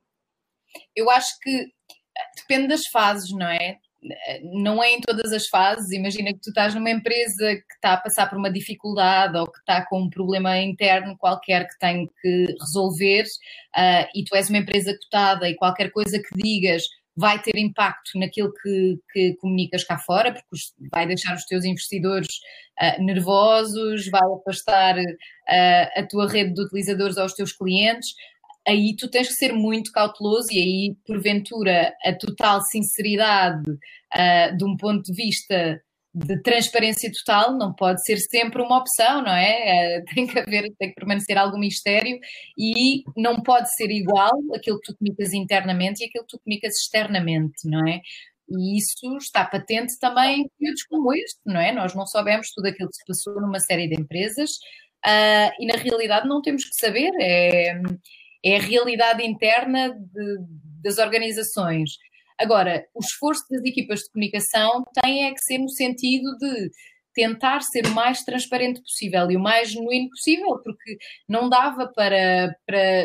Eu acho que depende das fases, não é? Não é em todas as fases. Imagina que tu estás numa empresa que está a passar por uma dificuldade ou que está com um problema interno qualquer que tem que resolver, e tu és uma empresa cotada e qualquer coisa que digas vai ter impacto naquilo que comunicas cá fora, porque vai deixar os teus investidores nervosos, vai afastar a tua rede de utilizadores aos teus clientes. Aí tu tens que ser muito cauteloso e aí, porventura, a total sinceridade de um ponto de vista de transparência total não pode ser sempre uma opção, não é? Tem que permanecer algum mistério e não pode ser igual aquilo que tu comunicas internamente e aquilo que tu comunicas externamente, não é? E isso está patente também em períodos como este, não é? Nós não sabemos tudo aquilo que se passou numa série de empresas e na realidade não temos que saber, é a realidade interna das organizações. Agora, o esforço das equipas de comunicação tem que ser no sentido de tentar ser o mais transparente possível e o mais genuíno possível, porque não dava para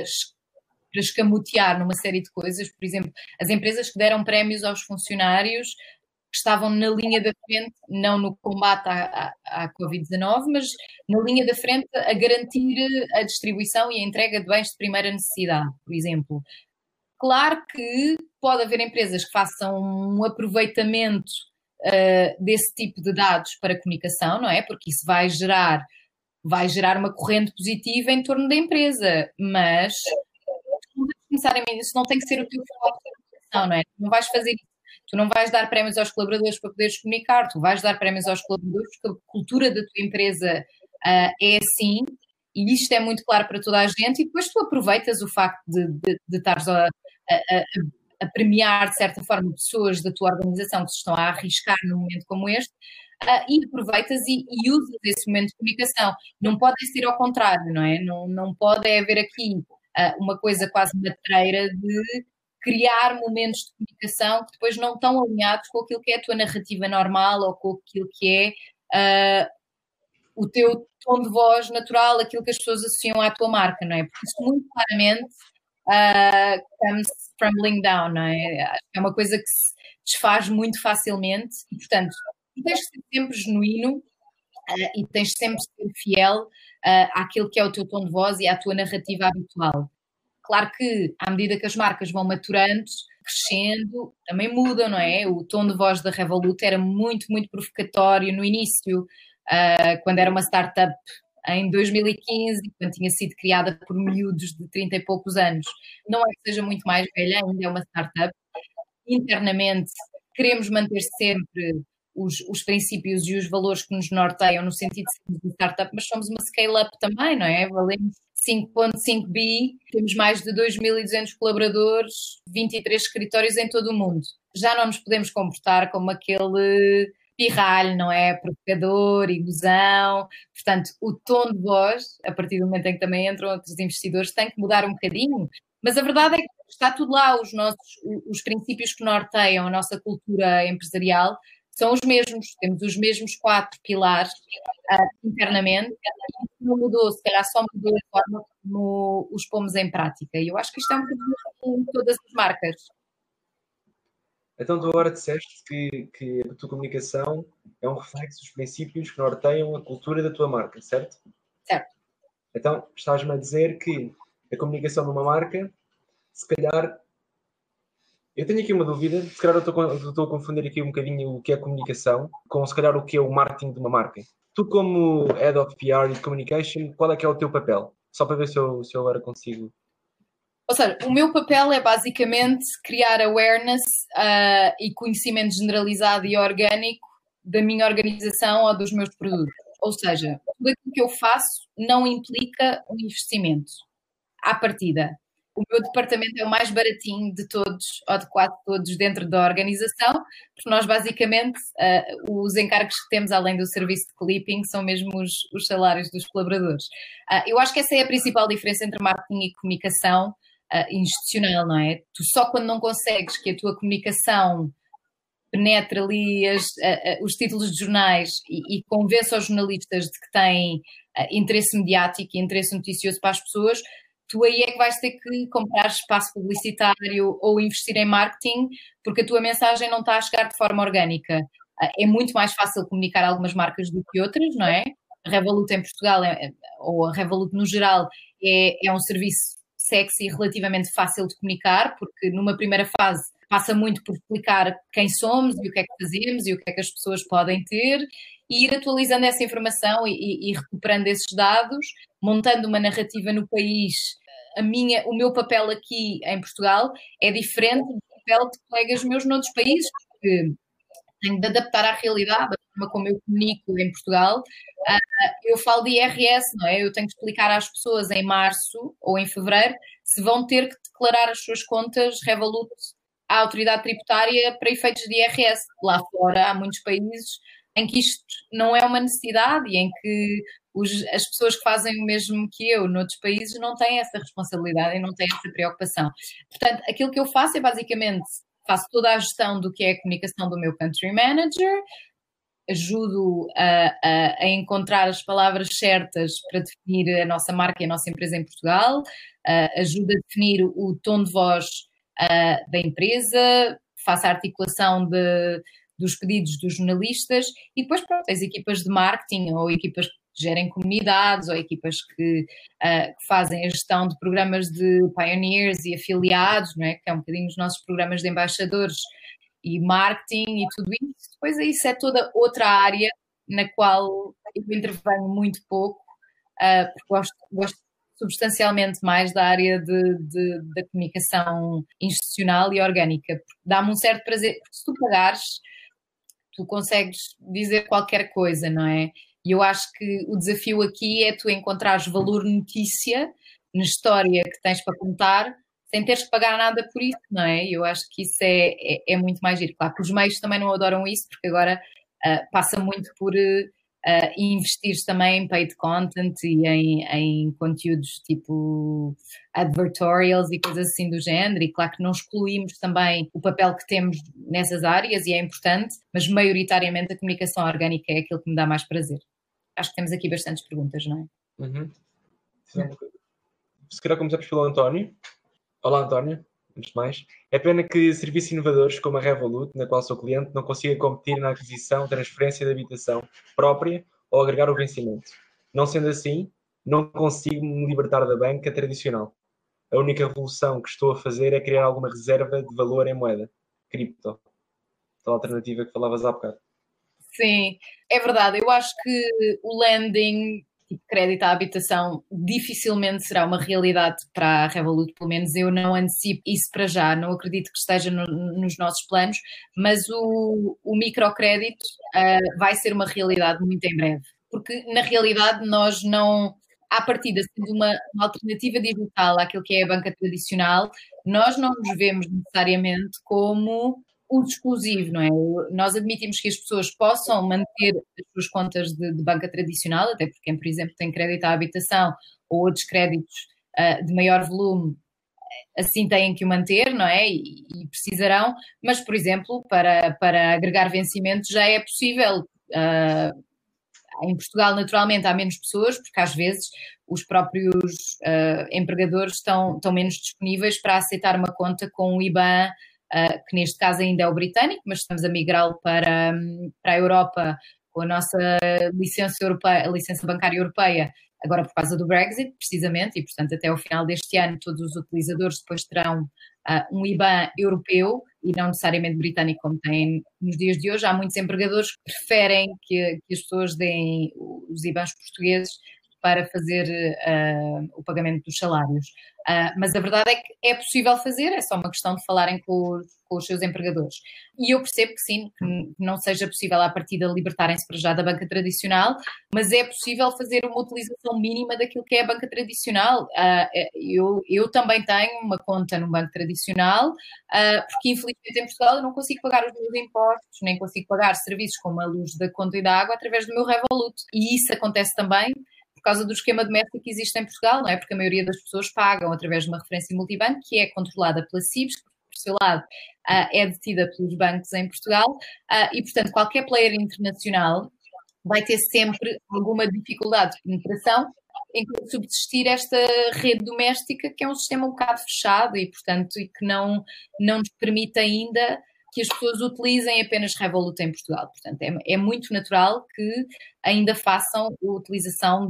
escamotear numa série de coisas. Por exemplo, as empresas que deram prémios aos funcionários que estavam na linha da frente, não no combate à Covid-19, mas na linha da frente a garantir a distribuição e a entrega de bens de primeira necessidade, por exemplo. Claro que pode haver empresas que façam um aproveitamento desse tipo de dados para a comunicação, não é? Porque isso vai gerar uma corrente positiva em torno da empresa, mas não necessariamente isso não tem que ser o teu foco de comunicação, não é? Não vais fazer isso. Tu não vais dar prémios aos colaboradores para poderes comunicar, tu vais dar prémios aos colaboradores porque a cultura da tua empresa é assim, e isto é muito claro para toda a gente, e depois tu aproveitas o facto de estares a premiar, de certa forma, pessoas da tua organização que se estão a arriscar num momento como este, e aproveitas e usas esse momento de comunicação. Não pode ser ao contrário, não é? Não pode haver aqui uma coisa quase matreira de criar momentos de comunicação que depois não estão alinhados com aquilo que é a tua narrativa normal ou com aquilo que é o teu tom de voz natural, aquilo que as pessoas associam à tua marca, não é? Porque isso muito claramente comes crumbling down, não é? Acho que é uma coisa que se desfaz muito facilmente e, portanto, tu tens de ser sempre genuíno e tens de sempre ser fiel àquilo que é o teu tom de voz e à tua narrativa habitual. Claro que, à medida que as marcas vão maturando, crescendo, também mudam, não é? O tom de voz da Revolut era muito, muito provocatório no início, quando era uma startup em 2015, quando tinha sido criada por miúdos de 30 e poucos anos. Não é que seja muito mais velha, ainda é uma startup. Internamente, queremos manter sempre os princípios e os valores que nos norteiam no sentido de sermos uma startup, mas somos uma scale-up também, não é? Valemos 5.5 bi, temos mais de 2.200 colaboradores, 23 escritórios em todo o mundo. Já não nos podemos comportar como aquele pirralho, não é? Provocador, ilusão. Portanto, o tom de voz, a partir do momento em que também entram outros investidores, tem que mudar um bocadinho. Mas a verdade é que está tudo lá, os princípios que norteiam a nossa cultura empresarial são os mesmos, temos os mesmos 4 pilares internamente, e não mudou, se calhar só mudou a forma como os pomos em prática. E eu acho que isto é um bocadinho em todas as marcas. Então tu agora disseste que a tua comunicação é um reflexo dos princípios que norteiam a cultura da tua marca, certo? Certo. Então estás-me a dizer que a comunicação de uma marca, se calhar... Eu tenho aqui uma dúvida, se calhar eu estou a confundir aqui um bocadinho o que é comunicação com se calhar o que é o marketing de uma marca. Tu como Head of PR e Communication, qual é que é o teu papel? Só para ver se eu agora consigo... Ou seja, o meu papel é basicamente criar awareness e conhecimento generalizado e orgânico da minha organização ou dos meus produtos. Ou seja, tudo aquilo que eu faço não implica um investimento à partida. O meu departamento é o mais baratinho de todos, ou de quase todos, dentro da organização, porque nós basicamente, os encargos que temos, além do serviço de clipping, são mesmo os salários dos colaboradores. Eu acho que essa é a principal diferença entre marketing e comunicação institucional, não é? Tu só quando não consegues que a tua comunicação penetre ali os títulos de jornais e convença os jornalistas de que têm interesse mediático e interesse noticioso para as pessoas, tu aí é que vais ter que comprar espaço publicitário ou investir em marketing, porque a tua mensagem não está a chegar de forma orgânica. É muito mais fácil comunicar algumas marcas do que outras, não é? A Revolut em Portugal, ou a Revolut no geral, é um serviço sexy e relativamente fácil de comunicar, porque numa primeira fase passa muito por explicar quem somos e o que é que fazemos e o que é que as pessoas podem ter, e ir atualizando essa informação e recuperando esses dados, montando uma narrativa no país. O meu papel aqui em Portugal é diferente do papel de colegas meus noutros países, porque tenho de adaptar à realidade, a forma como eu comunico em Portugal. Eu falo de IRS, não é? Eu tenho que explicar às pessoas em março ou em fevereiro se vão ter que declarar as suas contas Revolut à autoridade tributária para efeitos de IRS. Lá fora há muitos países em que isto não é uma necessidade e em que as pessoas que fazem o mesmo que eu noutros países não têm essa responsabilidade e não têm essa preocupação. Portanto, aquilo que eu faço é basicamente faço toda a gestão do que é a comunicação do meu country manager, ajudo a encontrar as palavras certas para definir a nossa marca e a nossa empresa em Portugal, ajudo a definir o tom de voz da empresa, faço a articulação dos pedidos dos jornalistas e depois, pronto, tens equipas de marketing ou equipas que gerem comunidades ou equipas que fazem a gestão de programas de pioneers e afiliados, não é? Que é um bocadinho os nossos programas de embaixadores e marketing e tudo isso. Depois isso é toda outra área na qual eu intervenho muito pouco, porque gosto substancialmente mais da área da comunicação institucional e orgânica, porque dá-me um certo prazer, porque se tu pagares, tu consegues dizer qualquer coisa, não é? E eu acho que o desafio aqui é tu encontrares valor notícia na história que tens para contar, sem teres que pagar nada por isso, não é? Eu acho que isso é muito mais giro. Claro que os meios também não adoram isso, porque agora passa muito por investir também em paid content e em conteúdos tipo advertorials e coisas assim do género, e claro que não excluímos também o papel que temos nessas áreas e é importante, mas maioritariamente a comunicação orgânica é aquilo que me dá mais prazer. Acho que temos aqui bastantes perguntas, não é? Uhum. Se calhar começamos pelo António. Olá, António. Antes de mais, é pena que serviços inovadores como a Revolut, na qual sou cliente, não consiga competir na aquisição, transferência de habitação própria ou agregar o vencimento. Não sendo assim, não consigo me libertar da banca tradicional. A única revolução que estou a fazer é criar alguma reserva de valor em moeda, cripto. Tal alternativa que falavas há bocado. Sim, é verdade. Eu acho que o lending, tipo crédito à habitação, dificilmente será uma realidade para a Revolut, pelo menos eu não antecipo isso para já, não acredito que esteja nos nossos planos, mas o microcrédito vai ser uma realidade muito em breve, porque na realidade nós não, à partida, sendo uma alternativa digital àquilo que é a banca tradicional, nós não nos vemos necessariamente como uso exclusivo, não é? Nós admitimos que as pessoas possam manter as suas contas de banca tradicional, até porque quem, por exemplo, tem crédito à habitação ou outros créditos de maior volume, assim têm que o manter, não é? E precisarão, mas, por exemplo, para agregar vencimentos já é possível. Em Portugal, naturalmente, há menos pessoas, porque às vezes os próprios empregadores estão menos disponíveis para aceitar uma conta com o IBAN, que neste caso ainda é o britânico, mas estamos a migrá-lo para a Europa com a nossa licença bancária europeia, agora por causa do Brexit, precisamente, e portanto até ao final deste ano todos os utilizadores depois terão um IBAN europeu e não necessariamente britânico como têm nos dias de hoje. Há muitos empregadores que preferem que as pessoas deem os IBANs portugueses para fazer o pagamento dos salários. Mas a verdade é que é possível fazer, é só uma questão de falarem com os seus empregadores. E eu percebo que sim, que não seja possível à partida libertarem-se para já da banca tradicional, mas é possível fazer uma utilização mínima daquilo que é a banca tradicional. Eu também tenho uma conta no banco tradicional, porque infelizmente em Portugal eu não consigo pagar os meus impostos, nem consigo pagar serviços como a luz da conta e da água através do meu Revolut. E isso acontece também por causa do esquema doméstico que existe em Portugal, não é? Porque a maioria das pessoas pagam através de uma referência multibanco que é controlada pela CIBS, que por seu lado é detida pelos bancos em Portugal, e portanto qualquer player internacional vai ter sempre alguma dificuldade de penetração enquanto subsistir esta rede doméstica, que é um sistema um bocado fechado e portanto e que não nos permite ainda que as pessoas utilizem apenas Revolut em Portugal. Portanto, é muito natural que ainda façam a utilização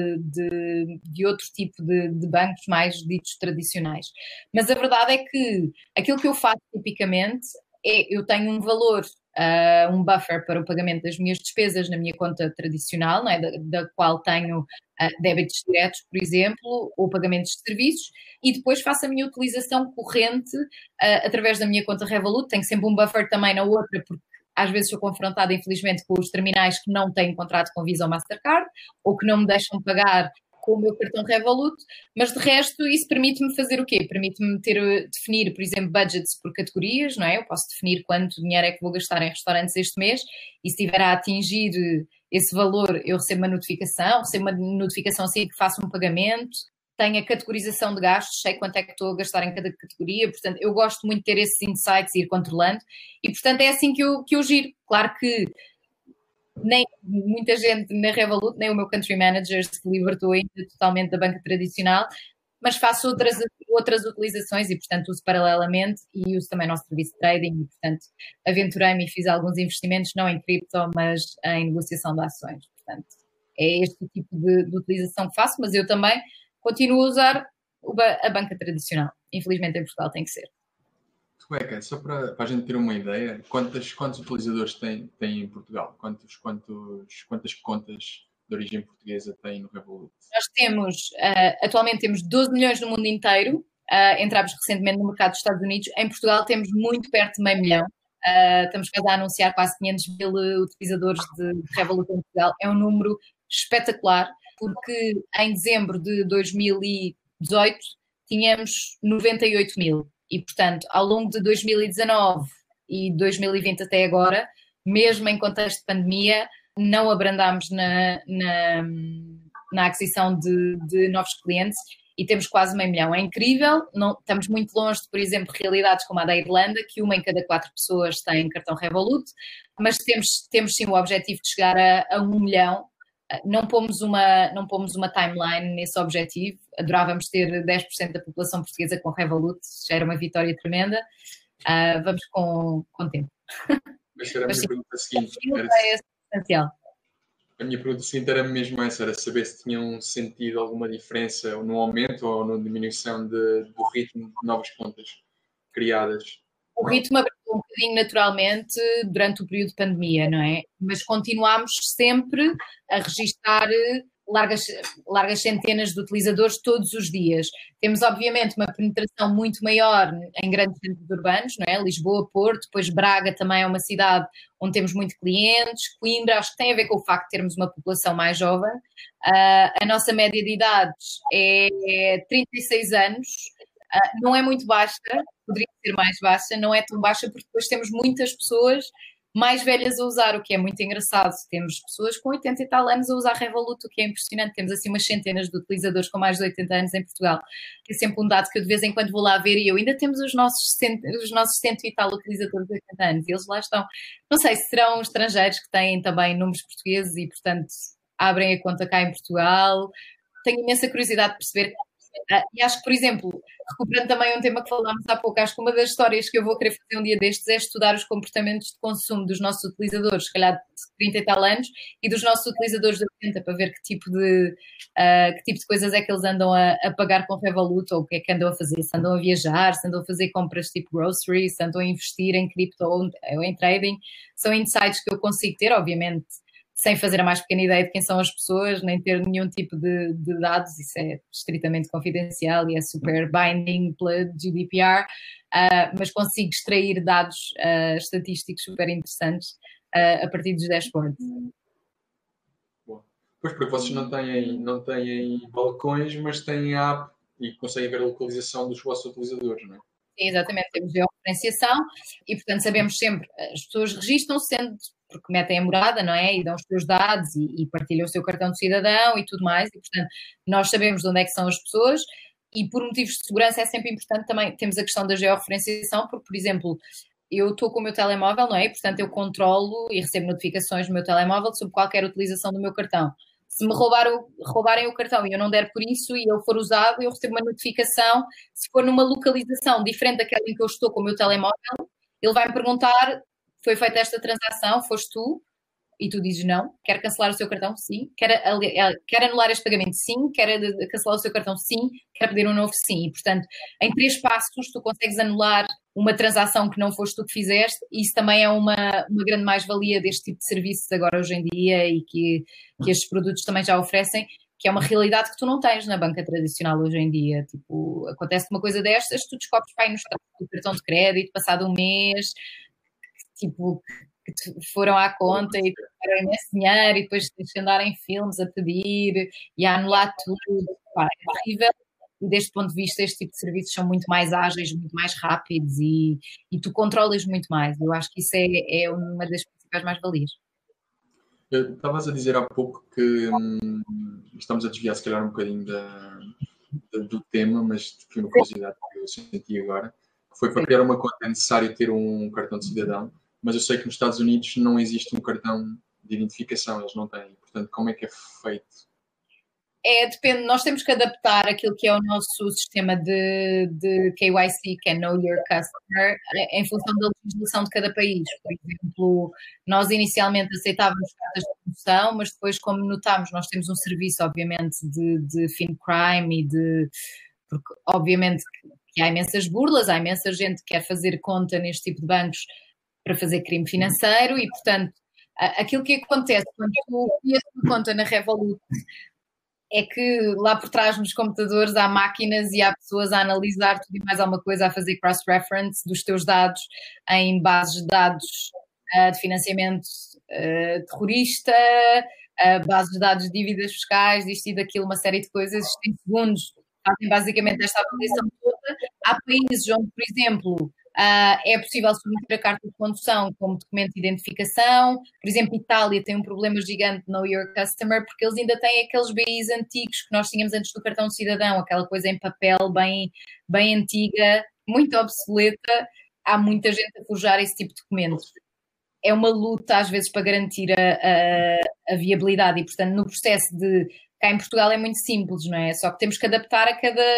de outro tipo de bancos mais ditos tradicionais. Mas a verdade é que aquilo que eu faço tipicamente é, eu tenho um valor, um buffer para o pagamento das minhas despesas na minha conta tradicional, não é? da qual tenho débitos diretos, por exemplo, ou pagamentos de serviços, e depois faço a minha utilização corrente através da minha conta Revolut. Tenho sempre um buffer também na outra, porque às vezes sou confrontada, infelizmente, com os terminais que não têm contrato com Visa ou Mastercard, ou que não me deixam pagar com o meu cartão Revolut, mas de resto isso permite-me fazer o quê? Permite-me definir, por exemplo, budgets por categorias, não é? Eu posso definir quanto dinheiro é que vou gastar em restaurantes este mês e se estiver a atingir esse valor eu recebo uma notificação assim que faço um pagamento, tenho a categorização de gastos, sei quanto é que estou a gastar em cada categoria, portanto eu gosto muito de ter esses insights e ir controlando e portanto é assim que eu giro. Claro que nem muita gente na Revolut, nem o meu country manager se libertou ainda totalmente da banca tradicional, mas faço outras utilizações e, portanto, uso paralelamente e uso também o nosso serviço de trading e, portanto, aventurei-me e fiz alguns investimentos, não em cripto, mas em negociação de ações. Portanto, é este o tipo de utilização que faço, mas eu também continuo a usar a banca tradicional. Infelizmente, em Portugal tem que ser. Rebeca, só para a gente ter uma ideia, quantos utilizadores tem em Portugal? Quantas contas de origem portuguesa tem no Revolut? Nós temos, atualmente temos 12 milhões no mundo inteiro, entramos recentemente no mercado dos Estados Unidos, em Portugal temos muito perto de meio milhão, estamos quase a anunciar quase 500 mil utilizadores de Revolut em Portugal, é um número espetacular, porque em dezembro de 2018 tínhamos 98 mil. E, portanto, ao longo de 2019 e 2020 até agora, mesmo em contexto de pandemia, não abrandámos na aquisição de novos clientes e temos quase meio milhão. É incrível, não, estamos muito longe de, por exemplo, realidades como a da Irlanda, que uma em cada 4 pessoas tem cartão Revolut, mas temos sim o objetivo de chegar a 1 milhão. Não pomos uma timeline nesse objetivo, adorávamos ter 10% da população portuguesa com Revolut, já era uma vitória tremenda, vamos com tempo. Mas era a minha pergunta seguinte. É essencial. A minha pergunta seguinte era mesmo essa, era saber se tinham sentido alguma diferença no aumento ou na diminuição do ritmo de novas contas criadas. O ritmo abriu um bocadinho naturalmente durante o período de pandemia, não é? Mas continuámos sempre a registar largas centenas de utilizadores todos os dias. Temos, obviamente, uma penetração muito maior em grandes centros urbanos, não é? Lisboa, Porto, depois Braga também é uma cidade onde temos muitos clientes, Coimbra, acho que tem a ver com o facto de termos uma população mais jovem. A nossa média de idades é 36 anos, não é muito baixa, poderia ser mais baixa, não é tão baixa porque depois temos muitas pessoas mais velhas a usar, o que é muito engraçado. Temos pessoas com 80 e tal anos a usar Revolut, o que é impressionante. Temos assim umas centenas de utilizadores com mais de 80 anos em Portugal. É sempre um dado que eu de vez em quando vou lá ver e eu ainda temos os nossos 100 e tal utilizadores de 80 anos e eles lá estão. Não sei se serão estrangeiros que têm também números portugueses e, portanto, abrem a conta cá em Portugal. Tenho imensa curiosidade de perceber. E acho que, por exemplo, recuperando também um tema que falámos há pouco, acho que uma das histórias que eu vou querer fazer um dia destes é estudar os comportamentos de consumo dos nossos utilizadores, se calhar de 30 e tal anos, e dos nossos utilizadores de 80, para ver que tipo de coisas é que eles andam a pagar com Revolut, ou o que é que andam a fazer, se andam a viajar, se andam a fazer compras tipo grocery, se andam a investir em cripto ou em trading. São insights que eu consigo ter, obviamente, sem fazer a mais pequena ideia de quem são as pessoas, nem ter nenhum tipo de dados, isso é estritamente confidencial e é super binding pela GDPR, mas consigo extrair dados estatísticos super interessantes a partir dos dashboards. Bom. Pois, porque vocês não têm balcões, mas têm a app e conseguem ver a localização dos vossos utilizadores, não é? Sim, exatamente, temos georreferenciação e, portanto, sabemos sempre, as pessoas registram-se porque metem a morada, não é? E dão os seus dados e partilham o seu cartão de cidadão e tudo mais, e, portanto, nós sabemos de onde é que são as pessoas e, por motivos de segurança, é sempre importante também, temos a questão da georreferenciação, porque, por exemplo, eu estou com o meu telemóvel, não é? E, portanto, eu controlo e recebo notificações no meu telemóvel sobre qualquer utilização do meu cartão. Se me roubarem o cartão e eu não der por isso e ele for usado, eu recebo uma notificação. Se for numa localização diferente daquela em que eu estou com o meu telemóvel, ele vai me perguntar: foi feita esta transação? Foste tu? E tu dizes não. Quer cancelar o seu cartão? Sim. Quer anular este pagamento? Sim. Quer cancelar o seu cartão? Sim. Quer pedir um novo? Sim. E, portanto, em 3 passos, tu consegues anular uma transação que não foste tu que fizeste, e isso também é uma grande mais-valia deste tipo de serviços agora hoje em dia e que estes produtos também já oferecem, que é uma realidade que tu não tens na banca tradicional hoje em dia. Tipo, acontece uma coisa destas, tu descobres para aí no extrato do cartão de crédito, passado um mês, tipo, que te foram à conta e te deram imenso dinheiro e depois tens de andar em filmes a pedir e a anular tudo. Pá, é horrível. E deste ponto de vista, este tipo de serviços são muito mais ágeis, muito mais rápidos e tu controlas muito mais. Eu acho que isso é uma das principais mais-valias. Estavas a dizer há pouco que estamos a desviar se calhar um bocadinho do tema, mas foi uma curiosidade que eu senti agora, que foi para criar uma conta é necessário ter um cartão de cidadão, mas eu sei que nos Estados Unidos não existe um cartão de identificação, eles não têm. Portanto, como é que é feito? Depende, nós temos que adaptar aquilo que é o nosso sistema de KYC, que é Know Your Customer, em função da legislação de cada país. Por exemplo, nós inicialmente aceitávamos cartas de condução, mas depois, como notámos, nós temos um serviço, obviamente, de FinCrime porque, obviamente, que há imensas burlas, há imensa gente que quer fazer conta neste tipo de bancos para fazer crime financeiro e, portanto, aquilo que acontece quando tu crias uma conta na Revolut é que lá por trás nos computadores há máquinas e há pessoas a analisar tudo e mais alguma coisa, a fazer cross-reference dos teus dados em bases de dados de financiamento terrorista, bases de dados de dívidas fiscais, disto e daquilo, uma série de coisas. Em segundos fazem basicamente esta avaliação toda. Há países onde, por exemplo, é possível submeter a carta de condução como documento de identificação. Por exemplo, Itália tem um problema gigante no Know Your Customer, porque eles ainda têm aqueles BIs antigos que nós tínhamos antes do cartão de cidadão, aquela coisa em papel bem, bem antiga, muito obsoleta. Há muita gente a forjar esse tipo de documentos. É uma luta, às vezes, para garantir a viabilidade e, portanto, no processo cá em Portugal é muito simples, não é? Só que temos que adaptar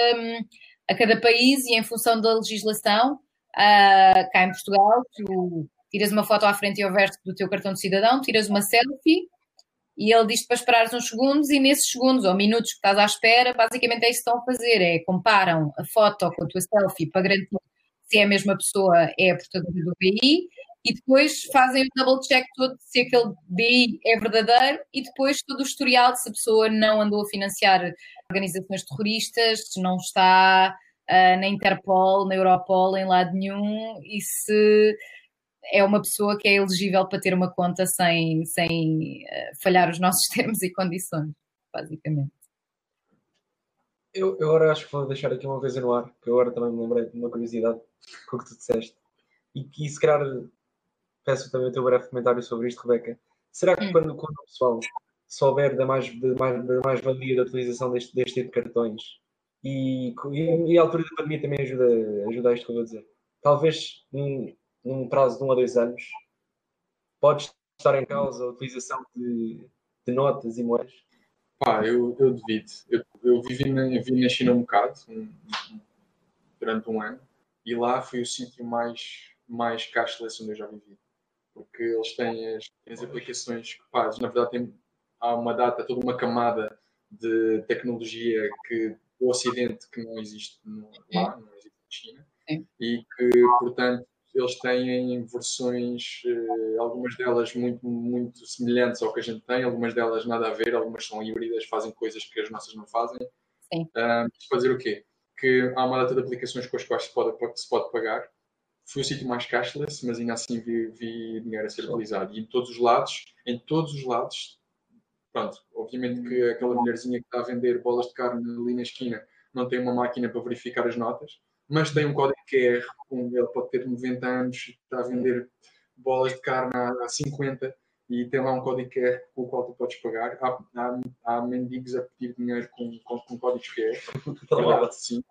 a cada país e em função da legislação. Cá em Portugal, tu tiras uma foto à frente e ao verso do teu cartão de cidadão, tiras uma selfie e ele diz-te para esperares uns segundos e nesses segundos ou minutos que estás à espera, basicamente é isso que estão a fazer, comparam a foto com a tua selfie para garantir se é a mesma pessoa, é a portadora do BI e depois fazem o double check todo se aquele BI é verdadeiro e depois todo o historial de se a pessoa não andou a financiar organizações terroristas, se não está na Interpol, na Europol, em lado nenhum, e se é uma pessoa que é elegível para ter uma conta sem falhar os nossos termos e condições, basicamente. Eu agora acho que vou deixar aqui uma coisa no ar, que eu agora também me lembrei de uma curiosidade com o que tu disseste, e se calhar peço também o teu breve comentário sobre isto, Rebeca. Será que quando o pessoal souber da mais-valia da utilização deste tipo de cartões, e a altura da pandemia também ajuda a isto que eu vou dizer. Talvez num prazo de 1 a 2 anos pode estar em causa a utilização de notas e moedas. Eu devido. Eu vivi na China um bocado, durante um ano, e lá foi o sítio mais cashless onde eu já vivi. Porque eles têm as aplicações que fazes. Na verdade, há toda uma camada de tecnologia do Ocidente que não existe lá, não existe na China. Sim. E que, portanto, eles têm versões, algumas delas muito semelhantes ao que a gente tem, algumas delas nada a ver, algumas são híbridas, fazem coisas que as nossas não fazem. Sim. Fazer o quê? Que há uma data de aplicações com as quais se pode pagar. Foi o sítio mais cashless, mas ainda assim vi dinheiro a ser utilizado. E em todos os lados, pronto, obviamente que aquela mulherzinha que está a vender bolas de carne ali na esquina não tem uma máquina para verificar as notas, mas tem um código QR, ele pode ter 90 anos, está a vender bolas de carne há 50 e tem lá um código QR com o qual tu podes pagar. Há mendigos a pedir dinheiro com códigos QR. Sim.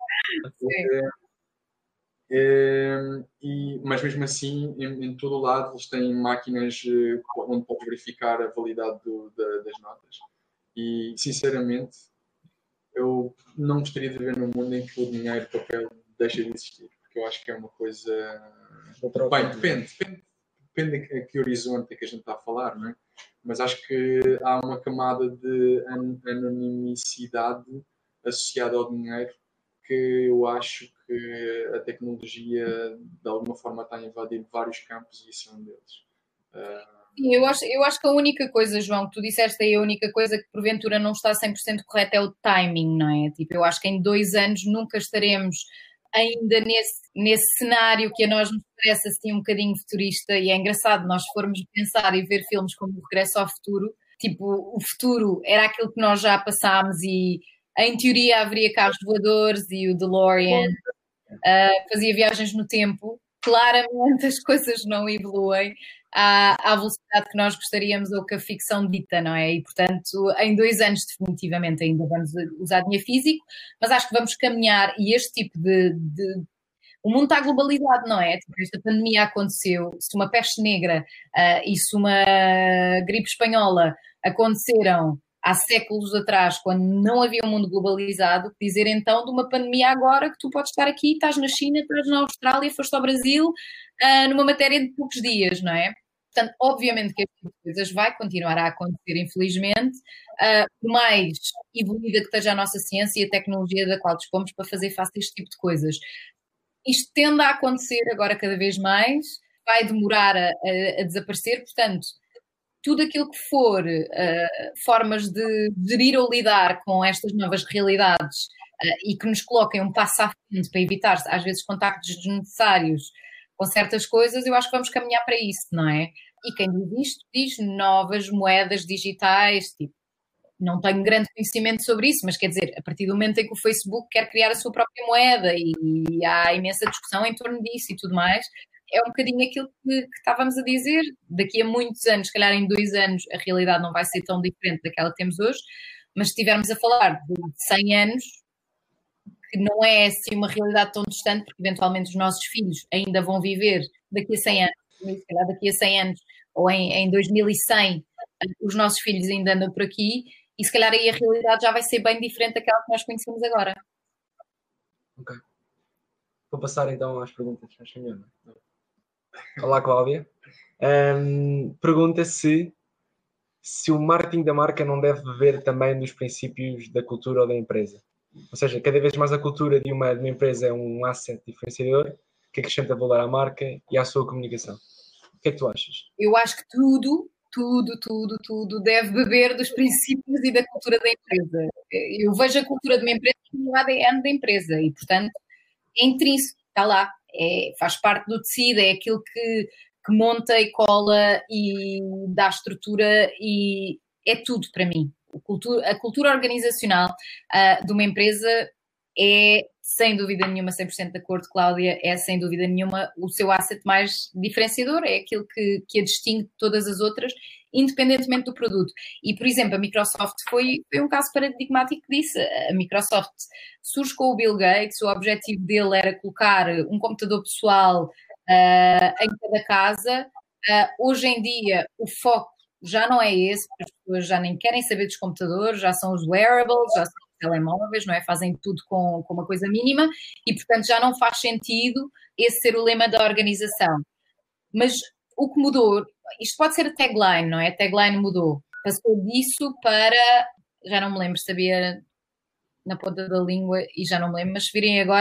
Mas mesmo assim, em todo o lado, eles têm máquinas onde podes verificar a validade das notas. E, sinceramente, eu não gostaria de viver num mundo em que o dinheiro de papel deixa de existir, porque eu acho que é uma coisa... Bem, depende a que horizonte é que a gente está a falar, não é? Mas acho que há uma camada de anonimicidade associada ao dinheiro que eu acho que a tecnologia de alguma forma está a invadir vários campos e isso é um deles. Sim, eu acho que a única coisa, João, que tu disseste aí, a única coisa que porventura não está 100% correta é o timing, não é? Tipo, eu acho que em 2 anos nunca estaremos ainda nesse cenário que a nós nos parece assim um bocadinho futurista, e é engraçado nós formos pensar e ver filmes como o Regresso ao Futuro, tipo, o futuro era aquilo que nós já passámos e em teoria haveria carros voadores e o DeLorean fazia viagens no tempo. Claramente as coisas não evoluem à velocidade que nós gostaríamos ou que a ficção dita, não é? E, portanto, em 2 anos definitivamente ainda vamos usar dinheiro físico, mas acho que vamos caminhar e este tipo o mundo está globalizado, não é? Tipo, esta pandemia aconteceu, se uma peste negra e se uma gripe espanhola aconteceram há séculos atrás, quando não havia um mundo globalizado, dizer então de uma pandemia agora que tu podes estar aqui, estás na China, estás na Austrália, foste ao Brasil, numa matéria de poucos dias, não é? Portanto, obviamente que estas coisas vai continuar a acontecer, infelizmente, por mais evoluída que esteja a nossa ciência e a tecnologia da qual dispomos para fazer face a este tipo de coisas. Isto tende a acontecer agora cada vez mais, vai demorar a desaparecer, portanto, tudo aquilo que for formas de gerir ou lidar com estas novas realidades e que nos coloquem um passo à frente para evitar, às vezes, contactos desnecessários com certas coisas, eu acho que vamos caminhar para isso, não é? E quem diz isto diz novas moedas digitais, tipo, não tenho grande conhecimento sobre isso, mas quer dizer, a partir do momento em que o Facebook quer criar a sua própria moeda e há imensa discussão em torno disso e tudo mais, é um bocadinho aquilo que estávamos a dizer. Daqui a muitos anos, se calhar em 2 anos, a realidade não vai ser tão diferente daquela que temos hoje, mas se estivermos a falar de 100 anos, que não é assim uma realidade tão distante, porque eventualmente os nossos filhos ainda vão viver daqui a 100 anos, se calhar daqui a 100 anos, ou em 2100, os nossos filhos ainda andam por aqui, e se calhar aí a realidade já vai ser bem diferente daquela que nós conhecemos agora. Ok. Vou passar então às perguntas. Acho melhor, não é? Olá, Cláudia. Pergunta se o marketing da marca não deve beber também dos princípios da cultura ou da empresa. Ou seja, cada vez mais a cultura de uma empresa é um asset diferenciador que acrescenta valor à marca e à sua comunicação. O que é que tu achas? Eu acho que tudo deve beber dos princípios e da cultura da empresa. Eu vejo a cultura de uma empresa como o ADN da empresa e, portanto, é intrínseco, está lá, faz parte do tecido, é aquilo que monta e cola e dá estrutura e é tudo para mim. A cultura organizacional de uma empresa é, sem dúvida nenhuma, 100% de acordo, Cláudia, é sem dúvida nenhuma o seu asset mais diferenciador, é aquilo que a distingue de todas as outras, independentemente do produto. E, por exemplo, a Microsoft foi um caso paradigmático disso. A Microsoft surge com o Bill Gates, o objetivo dele era colocar um computador pessoal em cada casa. Hoje em dia, o foco já não é esse, as pessoas já nem querem saber dos computadores, já são os wearables, já são os telemóveis, não é? Fazem tudo com uma coisa mínima e, portanto, já não faz sentido esse ser o lema da organização. Mas o que mudou, isto pode ser a tagline, não é? A tagline mudou. Passou disso para, já não me lembro, sabia na ponta da língua e já não me lembro, mas se virem agora,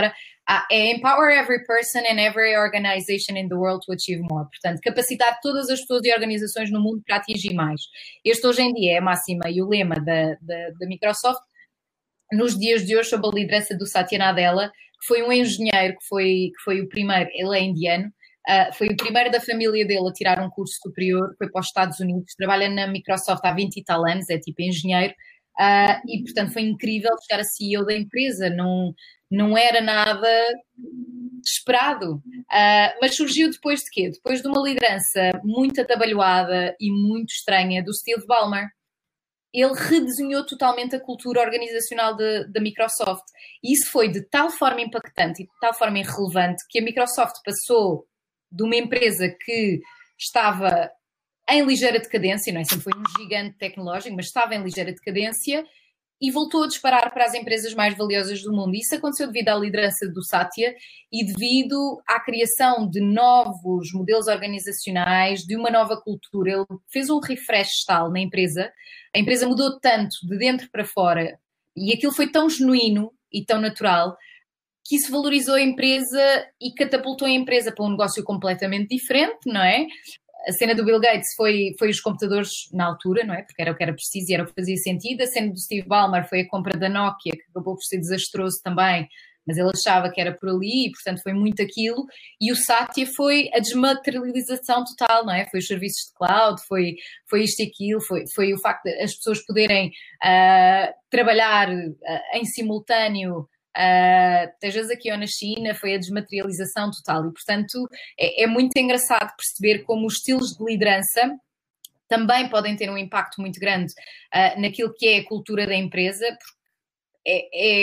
É empower every person and every organization in the world to achieve more. Portanto, capacitar todas as pessoas e organizações no mundo para atingir mais. Este hoje em dia é a máxima e o lema da Microsoft. Nos dias de hoje, sob a liderança do Satya Nadella, que foi um engenheiro, que foi o primeiro, ele é indiano, foi o primeiro da família dele a tirar um curso superior, foi para os Estados Unidos, trabalha na Microsoft há 20 e tal anos, é tipo engenheiro, e portanto foi incrível chegar a CEO da empresa, não era nada esperado, mas surgiu depois de quê? Depois de uma liderança muito atabalhoada e muito estranha do Steve Ballmer. Ele redesenhou totalmente a cultura organizacional da Microsoft. E isso foi de tal forma impactante e de tal forma irrelevante que a Microsoft passou de uma empresa que estava em ligeira decadência, não é? Sempre foi um gigante tecnológico, mas estava em ligeira decadência e voltou a disparar para as empresas mais valiosas do mundo. Isso aconteceu devido à liderança do Satya e devido à criação de novos modelos organizacionais, de uma nova cultura. Ele fez um refresh tal na empresa. A empresa mudou tanto de dentro para fora e aquilo foi tão genuíno e tão natural que isso valorizou a empresa e catapultou a empresa para um negócio completamente diferente, não é? A cena do Bill Gates foi os computadores na altura, não é? Porque era o que era preciso e era o que fazia sentido. A cena do Steve Ballmer foi a compra da Nokia, que acabou por ser desastroso também, mas ele achava que era por ali e, portanto, foi muito aquilo. E o Satya foi a desmaterialização total, não é? Foi os serviços de cloud, foi isto e aquilo, foi o facto de as pessoas poderem trabalhar em simultâneo, estejas aqui ou na China, foi a desmaterialização total e, portanto, é muito engraçado perceber como os estilos de liderança também podem ter um impacto muito grande naquilo que é a cultura da empresa, porque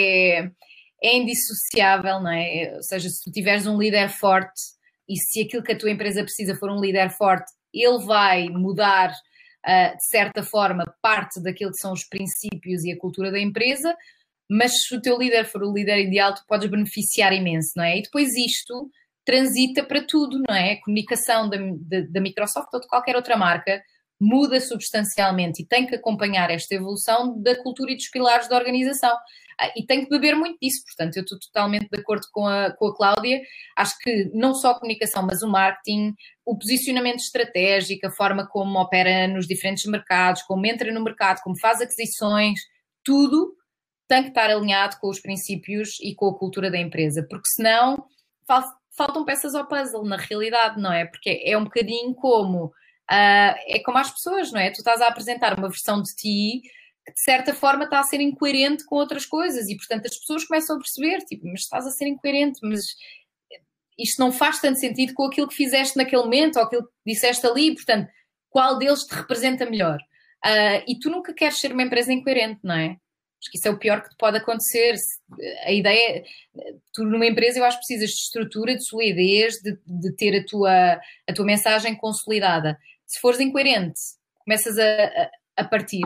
é indissociável, não é? Ou seja, se tu tiveres um líder forte e se aquilo que a tua empresa precisa for um líder forte, ele vai mudar, de certa forma, parte daquilo que são os princípios e a cultura da empresa. Mas se o teu líder for o líder ideal, tu podes beneficiar imenso, não é? E depois isto transita para tudo, não é? A comunicação da Microsoft ou de qualquer outra marca muda substancialmente e tem que acompanhar esta evolução da cultura e dos pilares da organização. E tem que beber muito disso, portanto, eu estou totalmente de acordo com a Cláudia. Acho que não só a comunicação, mas o marketing, o posicionamento estratégico, a forma como opera nos diferentes mercados, como entra no mercado, como faz aquisições, tudo tem que estar alinhado com os princípios e com a cultura da empresa, porque senão faltam peças ao puzzle, na realidade, não é? Porque é um bocadinho como, é como as pessoas, não é? Tu estás a apresentar uma versão de ti que, de certa forma, está a ser incoerente com outras coisas e, portanto, as pessoas começam a perceber, tipo, mas estás a ser incoerente, mas isto não faz tanto sentido com aquilo que fizeste naquele momento ou aquilo que disseste ali, portanto, qual deles te representa melhor? E tu nunca queres ser uma empresa incoerente, não é? Acho que isso é o pior que te pode acontecer. A ideia é, tu numa empresa eu acho que precisas de estrutura, de solidez, de ter a tua mensagem consolidada. Se fores incoerente, começas a partir.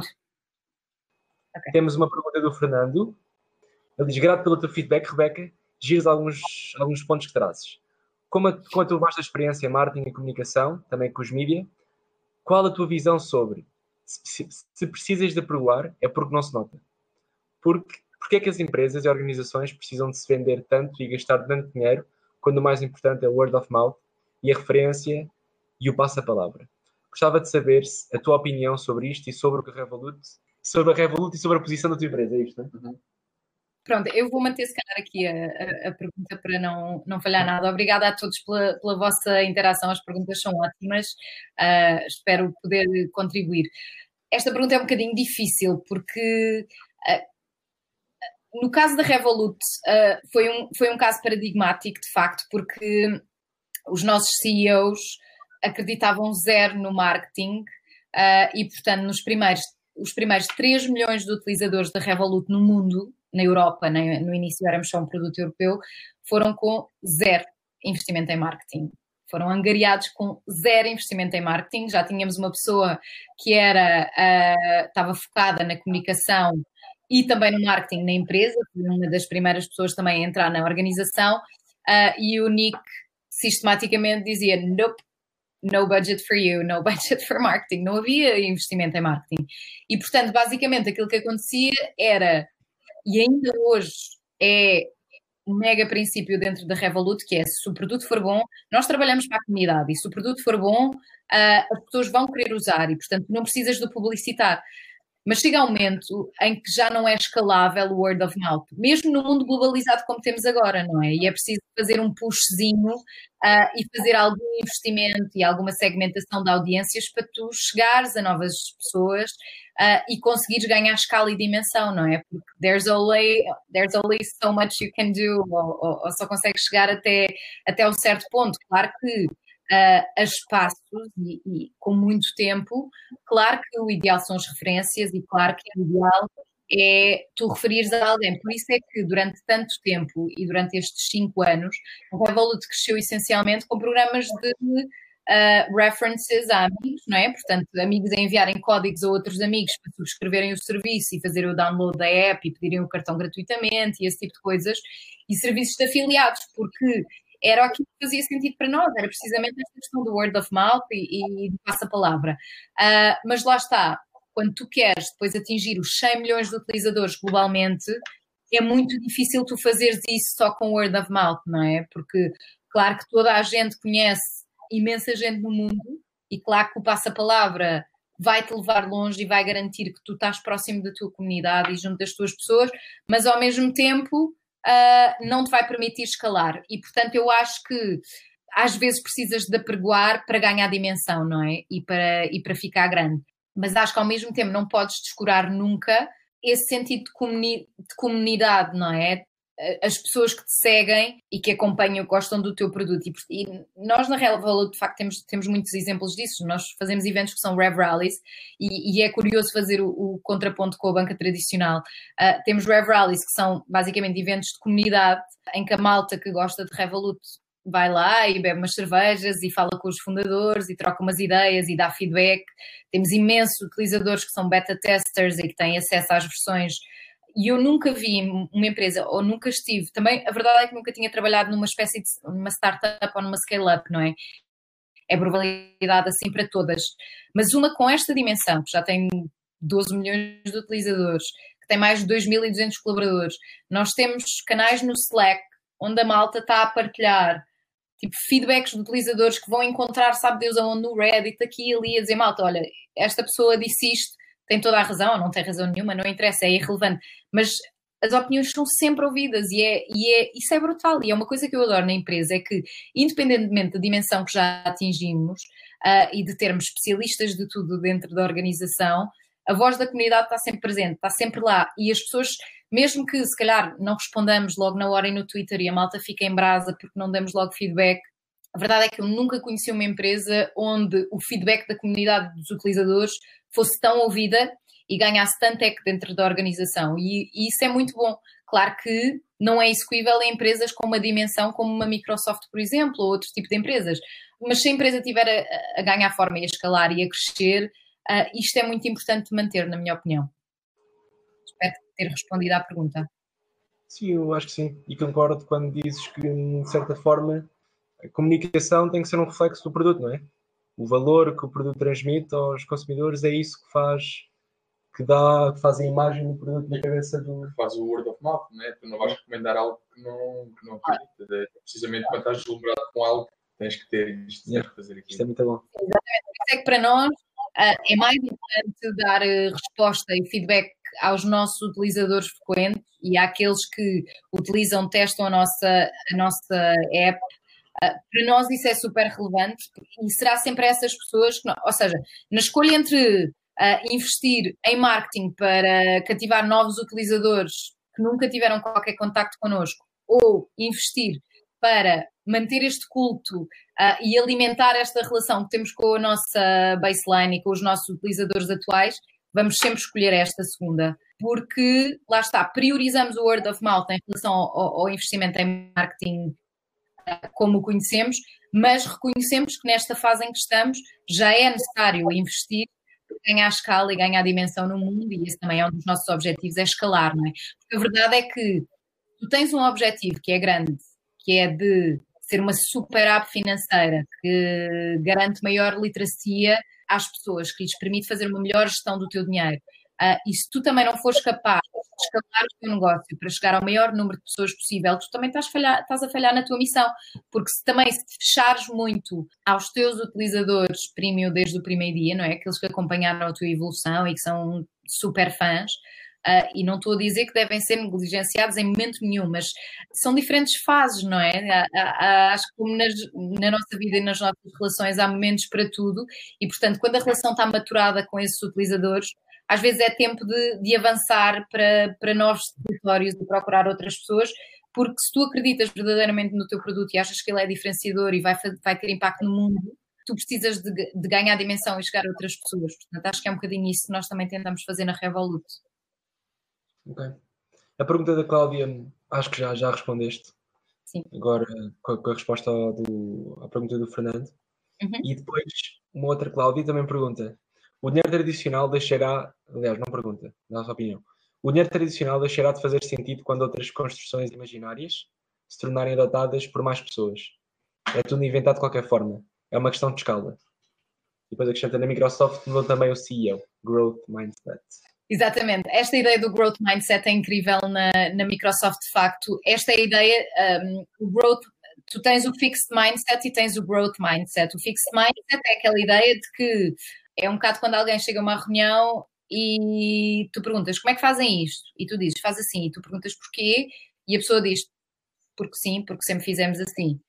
Okay. Temos uma pergunta do Fernando. Ele diz, grato pelo teu feedback, Rebeca, giras alguns pontos que trazes. Com a tua vasta experiência em marketing e comunicação, também com os mídia, qual a tua visão sobre se precisas de aprovar é porque não se nota? Porque é que as empresas e organizações precisam de se vender tanto e gastar tanto dinheiro quando o mais importante é o word of mouth e a referência e o passa-palavra? Gostava de saber a tua opinião sobre isto e sobre a Revolut e sobre a posição da tua empresa, é isto, não é? Uhum. Pronto, eu vou manter se calhar aqui a pergunta para não falhar nada. Obrigada a todos pela vossa interação, as perguntas são ótimas, espero poder contribuir. Esta pergunta é um bocadinho difícil porque... no caso da Revolut, foi um caso paradigmático, de facto, porque os nossos CEOs acreditavam zero no marketing e, portanto, os primeiros 3 milhões de utilizadores da Revolut no mundo, na Europa, né, no início éramos só um produto europeu, foram com zero investimento em marketing. Foram angariados com zero investimento em marketing. Já tínhamos uma pessoa que estava focada na comunicação e também no marketing na empresa, uma das primeiras pessoas também a entrar na organização, e o Nick sistematicamente dizia, nope, no budget for you, no budget for marketing, não havia investimento em marketing. E, portanto, basicamente aquilo que acontecia era, e ainda hoje é um mega princípio dentro da Revolut, que é, se o produto for bom, nós trabalhamos para a comunidade, e se o produto for bom, as pessoas vão querer usar, e portanto não precisas de publicitar. Mas chega um momento em que já não é escalável o word of mouth, mesmo no mundo globalizado como temos agora, não é? E é preciso fazer um pushzinho e fazer algum investimento e alguma segmentação de audiências para tu chegares a novas pessoas e conseguires ganhar escala e dimensão, não é? Porque there's only so much you can do, ou só consegues chegar até um certo ponto. Claro que a espaços e com muito tempo, claro que o ideal são as referências e claro que o ideal é tu referires a alguém. Por isso é que durante tanto tempo e durante estes 5 anos, a Revolut cresceu essencialmente com programas de references a amigos, não é? Portanto, amigos a enviarem códigos a outros amigos para subscreverem o serviço e fazer o download da app e pedirem o cartão gratuitamente e esse tipo de coisas. E serviços de afiliados, porque era aquilo que fazia sentido para nós, era precisamente esta questão do word of mouth e do passa-palavra. Mas lá está, quando tu queres depois atingir os 100 milhões de utilizadores globalmente, é muito difícil tu fazeres isso só com word of mouth, não é? Porque, claro que toda a gente conhece imensa gente no mundo e claro que o passa-palavra vai-te levar longe e vai garantir que tu estás próximo da tua comunidade e junto das tuas pessoas, mas ao mesmo tempo não te vai permitir escalar. E, portanto, eu acho que às vezes precisas de apregoar para ganhar dimensão, não é? E para ficar grande. Mas acho que ao mesmo tempo não podes descurar nunca esse sentido de comunidade, não é? As pessoas que te seguem e que acompanham, gostam do teu produto. E nós na Revolut, de facto, temos muitos exemplos disso. Nós fazemos eventos que são Rev Rallies e é curioso fazer o contraponto com a banca tradicional. Temos Rev Rallies, que são basicamente eventos de comunidade, em que a malta que gosta de Revolut vai lá e bebe umas cervejas e fala com os fundadores e troca umas ideias e dá feedback. Temos imensos utilizadores que são beta testers e que têm acesso às versões. E eu nunca vi uma empresa, ou nunca estive, também a verdade é que nunca tinha trabalhado numa espécie de uma startup ou numa scale-up, não é? É probabilidade assim para todas. Mas uma com esta dimensão, que já tem 12 milhões de utilizadores, que tem mais de 2.200 colaboradores, nós temos canais no Slack, onde a malta está a partilhar tipo feedbacks de utilizadores que vão encontrar, sabe Deus aonde, no Reddit, aqui e ali, a dizer, malta, olha, esta pessoa disse isto, tem toda a razão, ou não tem razão nenhuma, não interessa, é irrelevante. Mas as opiniões são sempre ouvidas isso é brutal. E é uma coisa que eu adoro na empresa, é que, independentemente da dimensão que já atingimos e de termos especialistas de tudo dentro da organização, a voz da comunidade está sempre presente, está sempre lá. E as pessoas, mesmo que se calhar não respondamos logo na hora e no Twitter e a malta fica em brasa porque não damos logo feedback, a verdade é que eu nunca conheci uma empresa onde o feedback da comunidade dos utilizadores fosse tão ouvida e ganhasse tanto eco dentro da organização. E isso é muito bom. Claro que não é execuível em empresas com uma dimensão como uma Microsoft, por exemplo, ou outro tipo de empresas. Mas se a empresa estiver a ganhar forma e a escalar e a crescer, isto é muito importante de manter, na minha opinião. Espero ter respondido à pergunta. Sim, eu acho que sim. E concordo quando dizes que, de certa forma, a comunicação tem que ser um reflexo do produto, não é? O valor que o produto transmite aos consumidores é isso que faz a imagem do produto na cabeça do... Faz o word of mouth, né? Tu não vais recomendar algo que não acreditas. É precisamente quando estás deslumbrado com algo, tens que ter isto, tens que fazer aquilo. Isto é muito bom. Exatamente. Por isso é que para nós é mais importante dar resposta e feedback aos nossos utilizadores frequentes e àqueles que testam a nossa app. Para nós isso é super relevante e será sempre essas pessoas que, ou seja, na escolha entre investir em marketing para cativar novos utilizadores que nunca tiveram qualquer contacto connosco ou investir para manter este culto e alimentar esta relação que temos com a nossa baseline e com os nossos utilizadores atuais, vamos sempre escolher esta segunda, porque, lá está, priorizamos o word of mouth em relação ao investimento em marketing como o conhecemos, mas reconhecemos que nesta fase em que estamos já é necessário investir para ganhar escala e ganhar dimensão no mundo, e esse também é um dos nossos objetivos, é escalar, não é? Porque a verdade é que tu tens um objetivo que é grande, que é de ser uma super app financeira que garante maior literacia às pessoas, que lhes permite fazer uma melhor gestão do teu dinheiro. E se tu também não fores capaz escalar o teu negócio, para chegar ao maior número de pessoas possível, tu também estás a falhar na tua missão, porque se te fechares muito aos teus utilizadores premium desde o primeiro dia, não é? Aqueles que acompanharam a tua evolução e que são super fãs, e não estou a dizer que devem ser negligenciados em momento nenhum, mas são diferentes fases, não é? Acho que como na nossa vida e nas nossas relações há momentos para tudo e, portanto, quando a relação está maturada com esses utilizadores, às vezes é tempo de avançar para novos territórios e procurar outras pessoas, porque se tu acreditas verdadeiramente no teu produto e achas que ele é diferenciador e vai ter impacto no mundo, tu precisas de ganhar dimensão e chegar a outras pessoas. Portanto, acho que é um bocadinho isso que nós também tentamos fazer na Revolut. Ok. A pergunta da Cláudia, acho que já respondeste. Sim. Agora, com a resposta à pergunta do Fernando. E depois, uma outra Cláudia também pergunta: o dinheiro tradicional deixará... Aliás, não pergunta, dá a sua opinião. O dinheiro tradicional deixará de fazer sentido quando outras construções imaginárias se tornarem adotadas por mais pessoas. É tudo inventado de qualquer forma. É uma questão de escala. E depois acrescenta, na Microsoft mudou também o CEO. Growth Mindset. Exatamente. Esta ideia do Growth Mindset é incrível na Microsoft, de facto. Esta é a ideia, o Growth, tu tens o Fixed Mindset e tens o Growth Mindset. O Fixed Mindset é aquela ideia de que é um bocado quando alguém chega a uma reunião e tu perguntas, como é que fazem isto? E tu dizes, faz assim. E tu perguntas porquê? E a pessoa diz, porque sim, porque sempre fizemos assim.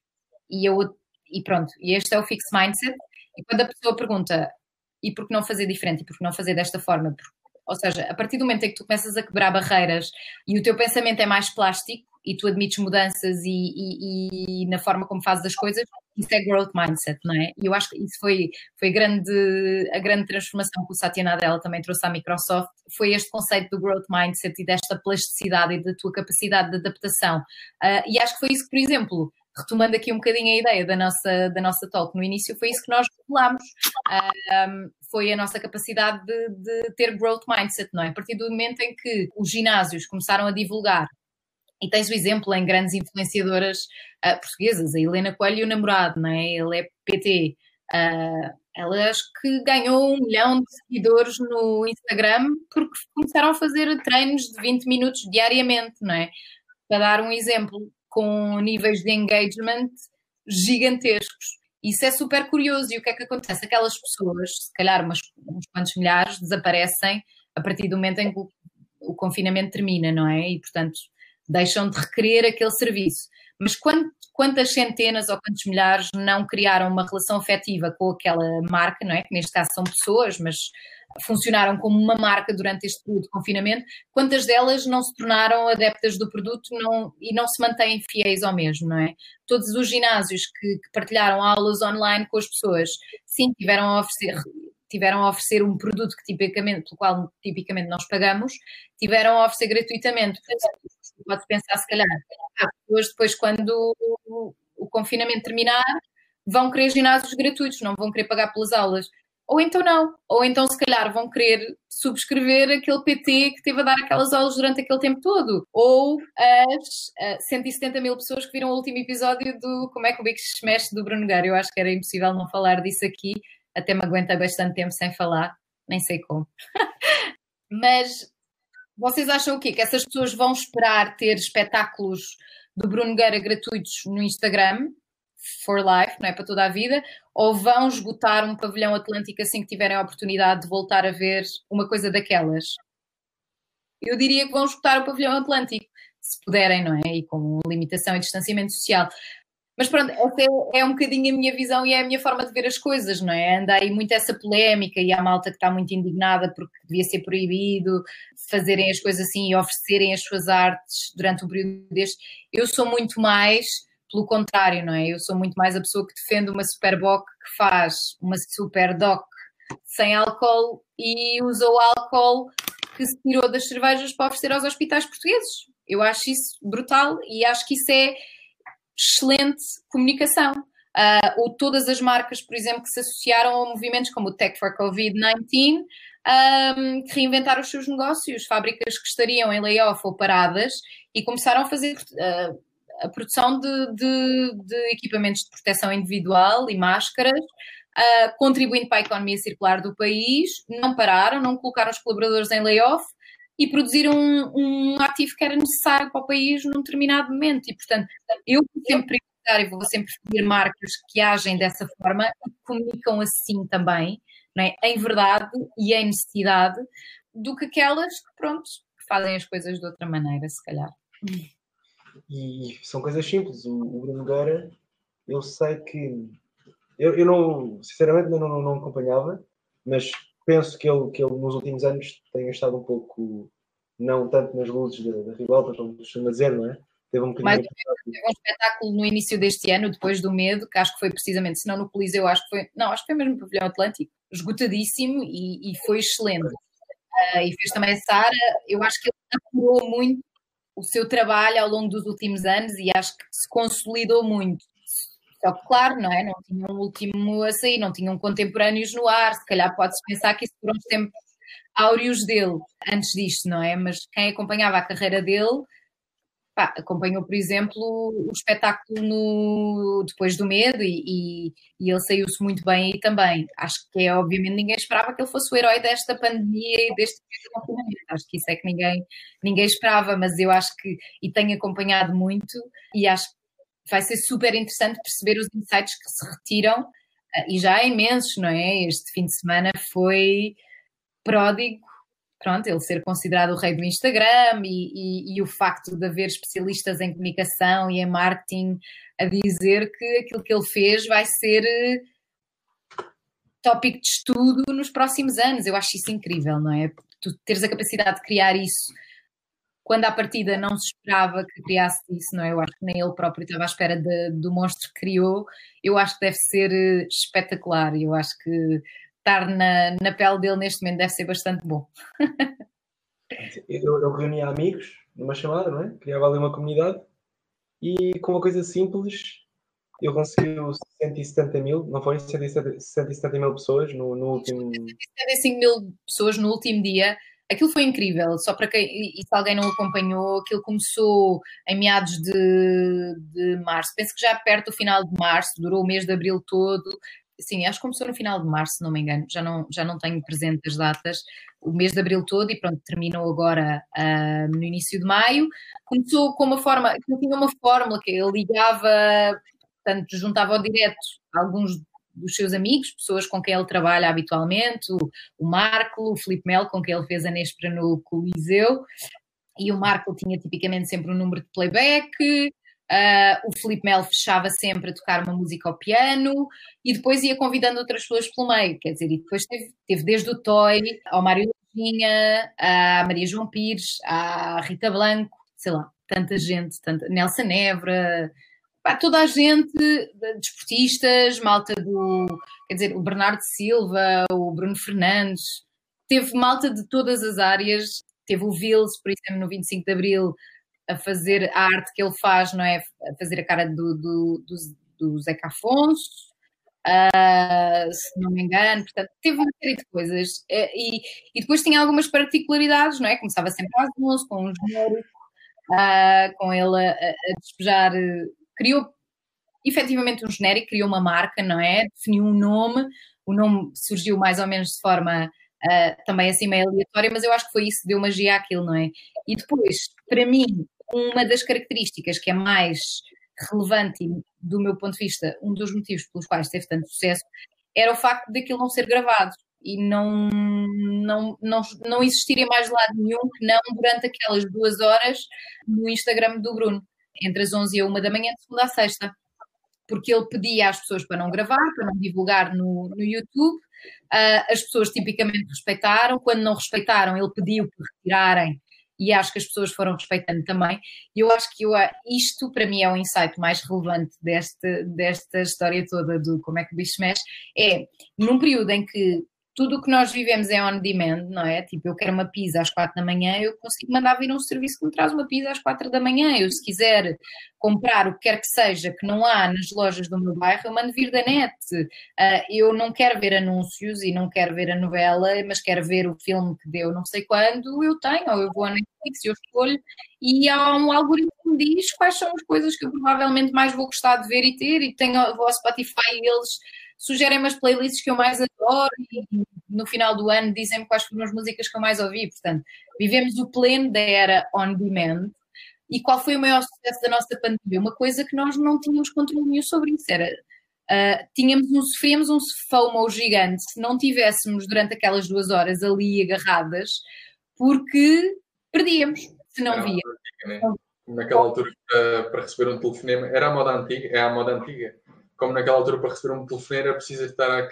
E pronto, e este é o Fixed Mindset. E quando a pessoa pergunta, e por que não fazer diferente? E por que não fazer desta forma? Ou seja, a partir do momento em que tu começas a quebrar barreiras e o teu pensamento é mais plástico e tu admites mudanças e na forma como fazes as coisas, isso é growth mindset, não é? E eu acho que isso foi a grande transformação que o Satya Nadella também trouxe à Microsoft, foi este conceito do growth mindset e desta plasticidade e da tua capacidade de adaptação. E acho que foi isso que, por exemplo, retomando aqui um bocadinho a ideia da nossa talk no início, foi isso que nós revelámos. Foi a nossa capacidade de ter growth mindset, não é? A partir do momento em que os ginásios começaram a divulgar, e tens o exemplo em grandes influenciadoras portuguesas, a Helena Coelho e o namorado, não é? Ele é PT. Ela acho que ganhou 1 milhão de seguidores no Instagram porque começaram a fazer treinos de 20 minutos diariamente, não é? Para dar um exemplo, com níveis de engagement gigantescos. Isso é super curioso. E o que é que acontece? Aquelas pessoas, se calhar uns quantos milhares, desaparecem a partir do momento em que o confinamento termina, não é? E, portanto, deixam de requerer aquele serviço. Mas quantas centenas ou quantos milhares não criaram uma relação afetiva com aquela marca, não é? Que neste caso são pessoas, mas funcionaram como uma marca durante este período de confinamento, quantas delas não se tornaram adeptas do produto e não se mantêm fiéis ao mesmo, não é? Todos os ginásios que partilharam aulas online com as pessoas, sim, tiveram a oferecer um produto pelo qual tipicamente nós pagamos, tiveram a oferecer gratuitamente. Pode pensar, se calhar, as pessoas depois, quando o confinamento terminar, vão querer ginásios gratuitos, não vão querer pagar pelas aulas. Ou então não. Ou então, se calhar, vão querer subscrever aquele PT que teve a dar aquelas aulas durante aquele tempo todo. Ou as 170 mil pessoas que viram o último episódio do Como é que o Bico se mexe do Bruno Nogueira. Eu acho que era impossível não falar disso aqui. Até me aguenta bastante tempo sem falar. Nem sei como. Mas vocês acham o quê? Que essas pessoas vão esperar ter espetáculos do Bruno Nogueira gratuitos no Instagram? For life, não é? Para toda a vida, ou vão esgotar um pavilhão Atlântico assim que tiverem a oportunidade de voltar a ver uma coisa daquelas? Eu diria que vão esgotar o pavilhão Atlântico, se puderem, não é? E com limitação e distanciamento social. Mas pronto, essa é um bocadinho a minha visão e é a minha forma de ver as coisas, não é? Anda aí muito essa polémica e há malta que está muito indignada porque devia ser proibido fazerem as coisas assim e oferecerem as suas artes durante um período deste. Eu sou muito mais pelo contrário, não é? Eu sou muito mais a pessoa que defende uma Superboc que faz uma Superdoc sem álcool e usa o álcool que se tirou das cervejas para oferecer aos hospitais portugueses. Eu acho isso brutal e acho que isso é excelente comunicação. Ou todas as marcas, por exemplo, que se associaram a movimentos como o Tech for COVID-19, que reinventaram os seus negócios, fábricas que estariam em layoff ou paradas e começaram a fazer a produção de equipamentos de proteção individual e máscaras, contribuindo para a economia circular do país, não pararam, não colocaram os colaboradores em layoff e produzir um ativo que era necessário para o país num determinado momento. E, portanto, eu vou sempre priorizar e vou sempre preferir marcas que agem dessa forma e que comunicam assim também, não é? Em verdade e em necessidade, do que aquelas que, pronto, que fazem as coisas de outra maneira, se calhar. E são coisas simples. O Bruno Nogueira, eu sei que... Eu não, sinceramente, não acompanhava, mas penso que ele nos últimos anos tenha estado um pouco, não tanto nas luzes da ribalta, como costuma dizer, não é? Teve um bocadinho... Teve um espetáculo no início deste ano, depois do Medo, que acho que foi precisamente, se não no Coliseu, acho que foi mesmo no Pavilhão Atlântico, esgotadíssimo e foi excelente. E fez também a Sara. Eu acho que ele apurou muito o seu trabalho ao longo dos últimos anos e acho que se consolidou muito. Só que, claro, não é? Não tinha um último a sair, não tinham contemporâneos no ar, se calhar pode-se pensar que isso foram os tempos áureos dele, antes disto, não é? Mas quem acompanhava a carreira dele, acompanhou, por exemplo, o espetáculo depois do Medo e ele saiu-se muito bem aí também. Acho que obviamente ninguém esperava que ele fosse o herói desta pandemia e deste confinamento. Acho que isso é que ninguém esperava, mas eu acho que, e tenho acompanhado muito, e acho que vai ser super interessante perceber os insights que se retiram, e já há imensos, não é? Este fim de semana foi pródigo, pronto, ele ser considerado o rei do Instagram e o facto de haver especialistas em comunicação e em marketing a dizer que aquilo que ele fez vai ser tópico de estudo nos próximos anos. Eu acho isso incrível, não é? Tu teres a capacidade de criar isso quando à partida não se esperava que criasse isso, não é? Eu acho que nem ele próprio estava à espera do monstro que criou. Eu acho que deve ser espetacular. Eu acho que estar na pele dele neste momento deve ser bastante bom. Eu reunia amigos numa chamada, não é? Criava ali uma comunidade e com uma coisa simples eu consegui 170 mil, não foi? 170 mil pessoas no último... 175 mil pessoas no último dia. Aquilo foi incrível, só para quem, e se alguém não acompanhou, aquilo começou em meados de março, penso que já perto do final de março, durou o mês de abril todo, sim, acho que começou no final de março, se não me engano, já não tenho presente as datas, o mês de abril todo e pronto, terminou agora no início de maio. Começou com uma forma, tinha uma fórmula que ele ligava, portanto, juntava ao direto alguns dos seus amigos, pessoas com quem ele trabalha habitualmente, o Marco, o Filipe Melo, com quem ele fez a Nespra no Coliseu, e o Marco tinha tipicamente sempre um número de playback, o Filipe Melo fechava sempre a tocar uma música ao piano, e depois ia convidando outras pessoas pelo meio, quer dizer, e depois teve desde o Toy, ao Mário Lojinha, à Maria João Pires, à Rita Blanco, sei lá, tanta gente, Nelson Évora... toda a gente, desportistas, malta quer dizer, o Bernardo Silva, o Bruno Fernandes, teve malta de todas as áreas, teve o Vils, por exemplo, no 25 de Abril, a fazer a arte que ele faz, não é? A fazer a cara do Zeca Afonso, se não me engano, portanto, teve uma série de coisas, e depois tinha algumas particularidades, não é? Começava sempre às 11, com um genérico, com ele a despejar... Criou efetivamente um genérico, criou uma marca, não é? Definiu um nome, o nome surgiu mais ou menos de forma também assim meio aleatória, mas eu acho que foi isso que deu magia àquilo, não é? E depois, para mim, uma das características que é mais relevante e, do meu ponto de vista, um dos motivos pelos quais teve tanto sucesso, era o facto de aquilo não ser gravado e não existirem mais lado nenhum que não durante aquelas 2 horas no Instagram do Bruno, entre as 11 e a 1 da manhã, de segunda a sexta, porque ele pedia às pessoas para não gravar, para não divulgar no YouTube, as pessoas tipicamente respeitaram, quando não respeitaram ele pediu para retirarem e acho que as pessoas foram respeitando também, e eu acho que isto para mim é o insight mais relevante desta história toda do como é que o bicho mexe, é num período em que tudo o que nós vivemos é on demand, não é? Tipo, eu quero uma pizza às 4 da manhã, eu consigo mandar vir um serviço que me traz uma pizza às 4 da manhã. Eu, se quiser comprar o que quer que seja que não há nas lojas do meu bairro, eu mando vir da net. Eu não quero ver anúncios e não quero ver a novela, mas quero ver o filme que deu não sei quando, eu tenho, ou eu vou à Netflix e eu escolho, e há um algoritmo que me diz quais são as coisas que eu provavelmente mais vou gostar de ver e ter, e tenho, vou ao Spotify e eles sugerem-me as playlists que eu mais adoro e no final do ano dizem-me quais foram as músicas que eu mais ouvi. Portanto, vivemos o pleno da era on demand. E qual foi o maior sucesso da nossa pandemia? Uma coisa que nós não tínhamos controle nenhum sobre isso, era sofríamos um FOMO gigante se não tivéssemos durante aquelas 2 horas ali agarradas, porque perdíamos, se não via. Né? Naquela altura, para receber um telefonema, era a moda antiga, é a moda antiga. Como naquela altura, para receber um telefonema, era preciso estar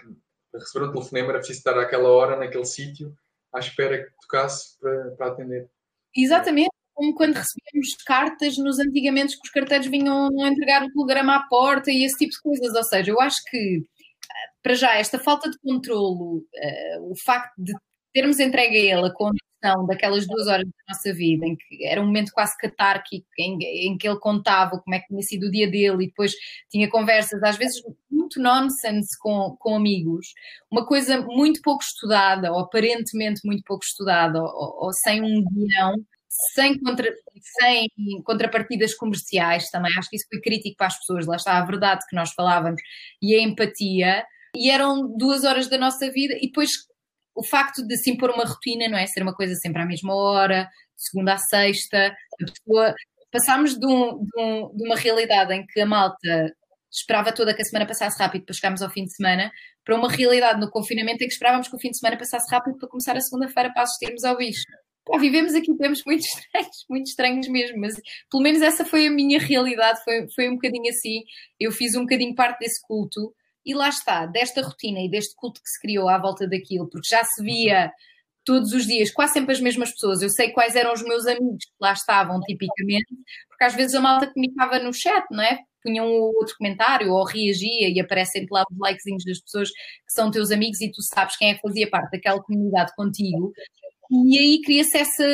àquela hora, naquele sítio, à espera que tocasse para atender. Exatamente. Como quando recebíamos cartas antigamente que os carteiros vinham entregar o telegrama à porta e esse tipo de coisas. Ou seja, eu acho que, para já, esta falta de controlo, o facto de termos entregue a ele a condição daquelas 2 horas da nossa vida, em que era um momento quase catárquico, em que ele contava como é que tinha sido o dia dele e depois tinha conversas, às vezes muito nonsense com amigos, uma coisa muito pouco estudada, ou aparentemente muito pouco estudada, ou sem um guião, sem contrapartidas comerciais também. Acho que isso foi crítico para as pessoas. Lá está a verdade que nós falávamos e a empatia. E eram 2 horas da nossa vida. E depois o facto de se impor uma rotina, não é? Ser uma coisa sempre à mesma hora, de segunda a sexta. Passámos de uma realidade em que a malta esperava toda que a semana passasse rápido para chegarmos ao fim de semana, para uma realidade no confinamento em que esperávamos que o fim de semana passasse rápido para começar a segunda-feira para assistirmos ao bicho. Vivemos aqui tempos muito estranhos mesmo, mas pelo menos essa foi a minha realidade, foi um bocadinho assim. Eu fiz um bocadinho parte desse culto e lá está, desta rotina e deste culto que se criou à volta daquilo, porque já se via todos os dias, quase sempre as mesmas pessoas. Eu sei quais eram os meus amigos que lá estavam, tipicamente, porque às vezes a malta comunicava no chat, não é? Punham outro comentário ou reagia e aparecem-te lá os likezinhos das pessoas que são teus amigos e tu sabes quem é que fazia parte daquela comunidade contigo. E aí cria-se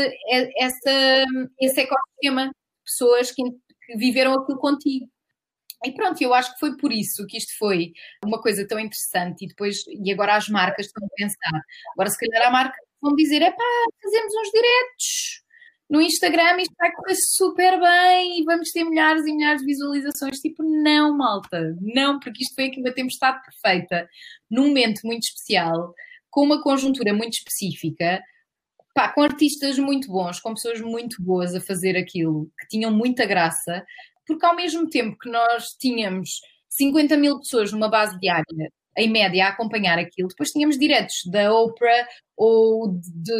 esse ecossistema de pessoas que viveram aquilo contigo. E pronto, eu acho que foi por isso que isto foi uma coisa tão interessante. E agora as marcas estão a pensar. Agora se calhar a marca vão dizer, fazemos uns diretos no Instagram, isto vai correr super bem e vamos ter milhares e milhares de visualizações. Tipo, não, malta, não, porque isto foi aqui uma tempestade perfeita, num momento muito especial, com uma conjuntura muito específica, com artistas muito bons, com pessoas muito boas a fazer aquilo, que tinham muita graça, porque ao mesmo tempo que nós tínhamos 50 mil pessoas numa base diária, em média, a acompanhar aquilo, depois tínhamos diretos da Oprah ou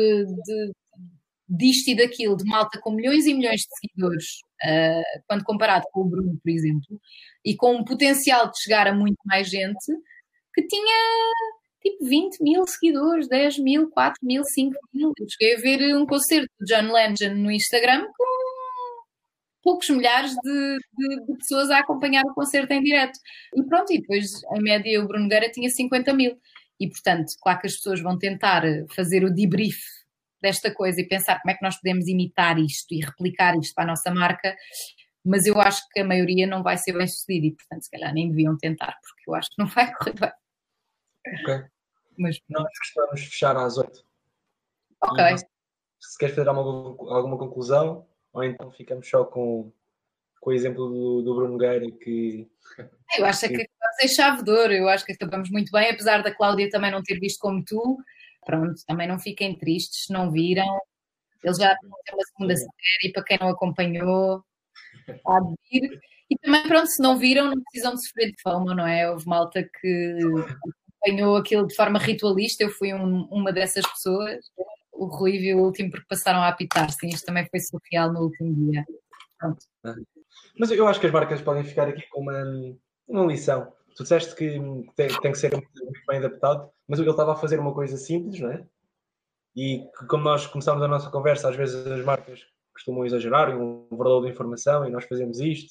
disto e daquilo, de malta com milhões e milhões de seguidores, quando comparado com o Bruno, por exemplo, e com um potencial de chegar a muito mais gente, que tinha tipo 20 mil seguidores, 10 mil, 4 mil, 5 mil. Eu cheguei a ver um concerto de John Legend no Instagram com poucos milhares de pessoas a acompanhar o concerto em direto. E pronto, e depois em média o Bruno Nogueira tinha 50 mil. E portanto, claro que as pessoas vão tentar fazer o debrief desta coisa e pensar como é que nós podemos imitar isto e replicar isto para a nossa marca, mas eu acho que a maioria não vai ser bem sucedida e portanto se calhar nem deviam tentar, porque eu acho que não vai correr bem. Ok. Mas nós vamos fechar às 8. Ok. Se queres fazer alguma conclusão, ou então ficamos só com o exemplo do Bruno Nogueira, que... Eu acho que acabamos em chave de ouro, eu acho que acabamos muito bem, apesar da Cláudia também não ter visto como tu. Pronto, também não fiquem tristes se não viram. Eles já têm uma segunda série, para quem não acompanhou, há de vir. E também, pronto, se não viram, não precisam de sofrer de fama, não é? Houve malta que acompanhou aquilo de forma ritualista, eu fui uma dessas pessoas. O Rui viu o último porque passaram a apitar, sim, isto também foi surreal no último dia. Pronto. Mas eu acho que as marcas podem ficar aqui com uma lição. Tu disseste que tem que ser muito bem adaptado, mas ele estava a fazer uma coisa simples, não é? E que, como nós começámos a nossa conversa, às vezes as marcas costumam exagerar um valor de informação e nós fazemos isto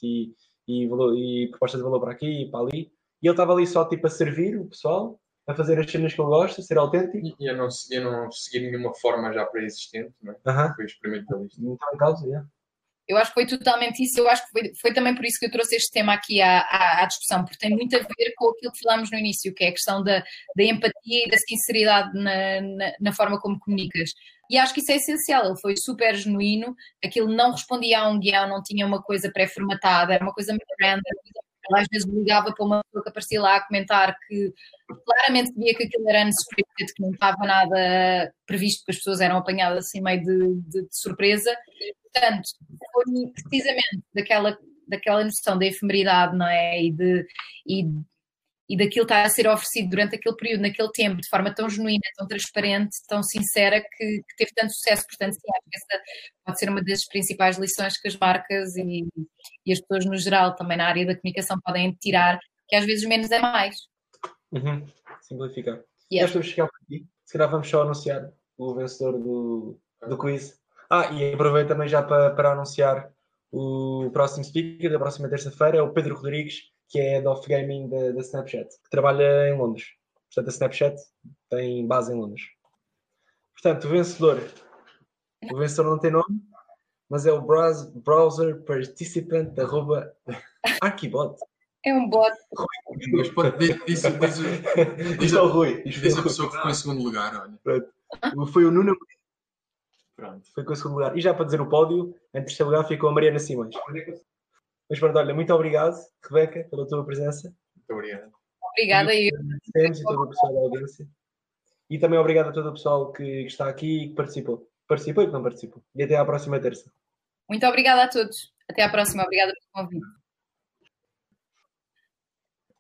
e propostas de valor para aqui e para ali. E ele estava ali só tipo a servir o pessoal, a fazer as cenas que ele gosta, a ser autêntico. E eu não segui nenhuma forma já pré-existente, não é? Foi experimentalista. Não está em causa, yeah. Eu acho que foi totalmente isso, eu acho que foi também por isso que eu trouxe este tema aqui à discussão, porque tem muito a ver com aquilo que falámos no início, que é a questão da empatia e da sinceridade na forma como comunicas. E acho que isso é essencial, ele foi super genuíno, aquilo não respondia a um guião, não tinha uma coisa pré-formatada, era uma coisa muito random, Ela às vezes ligava para uma pessoa que aparecia lá a comentar que claramente sabia que aquilo era unscripted, que não estava nada previsto, porque as pessoas eram apanhadas assim meio de surpresa. Portanto, foi precisamente daquela noção da efemeridade, não é? E daquilo estar a ser oferecido durante aquele período, naquele tempo, de forma tão genuína, tão transparente, tão sincera, que teve tanto sucesso. Portanto, sim, acho que essa pode ser uma das principais lições que as marcas e as pessoas no geral, também na área da comunicação, podem tirar, que às vezes menos é mais. Simplificar. Yeah. Já estamos a chegar por aqui. Se calhar vamos só anunciar o vencedor do quiz. E aproveito também já para anunciar o próximo speaker da próxima terça-feira, é o Pedro Rodrigues, que é Head of Gaming da Snapchat, que trabalha em Londres. Portanto, a Snapchat tem base em Londres. Portanto, o vencedor não tem nome, mas é o Browser Participant @Archibot. É um bot. Mas diz ao Rui. Diz a pessoa que ficou em segundo lugar, olha. Pronto. Foi o Nuno. Pronto. Foi com o segundo lugar. E já para dizer o pódio, em terceiro lugar ficou a Mariana Simões. Mas pronto, olha, muito obrigado, Rebeca, pela tua presença. Muito obrigado. Obrigada a eu. E todo o pessoal da audiência. E também obrigado a todo o pessoal que está aqui e que participou. Participou e que não participou. E até à próxima terça. Muito obrigada a todos. Até à próxima. Obrigada pelo convite.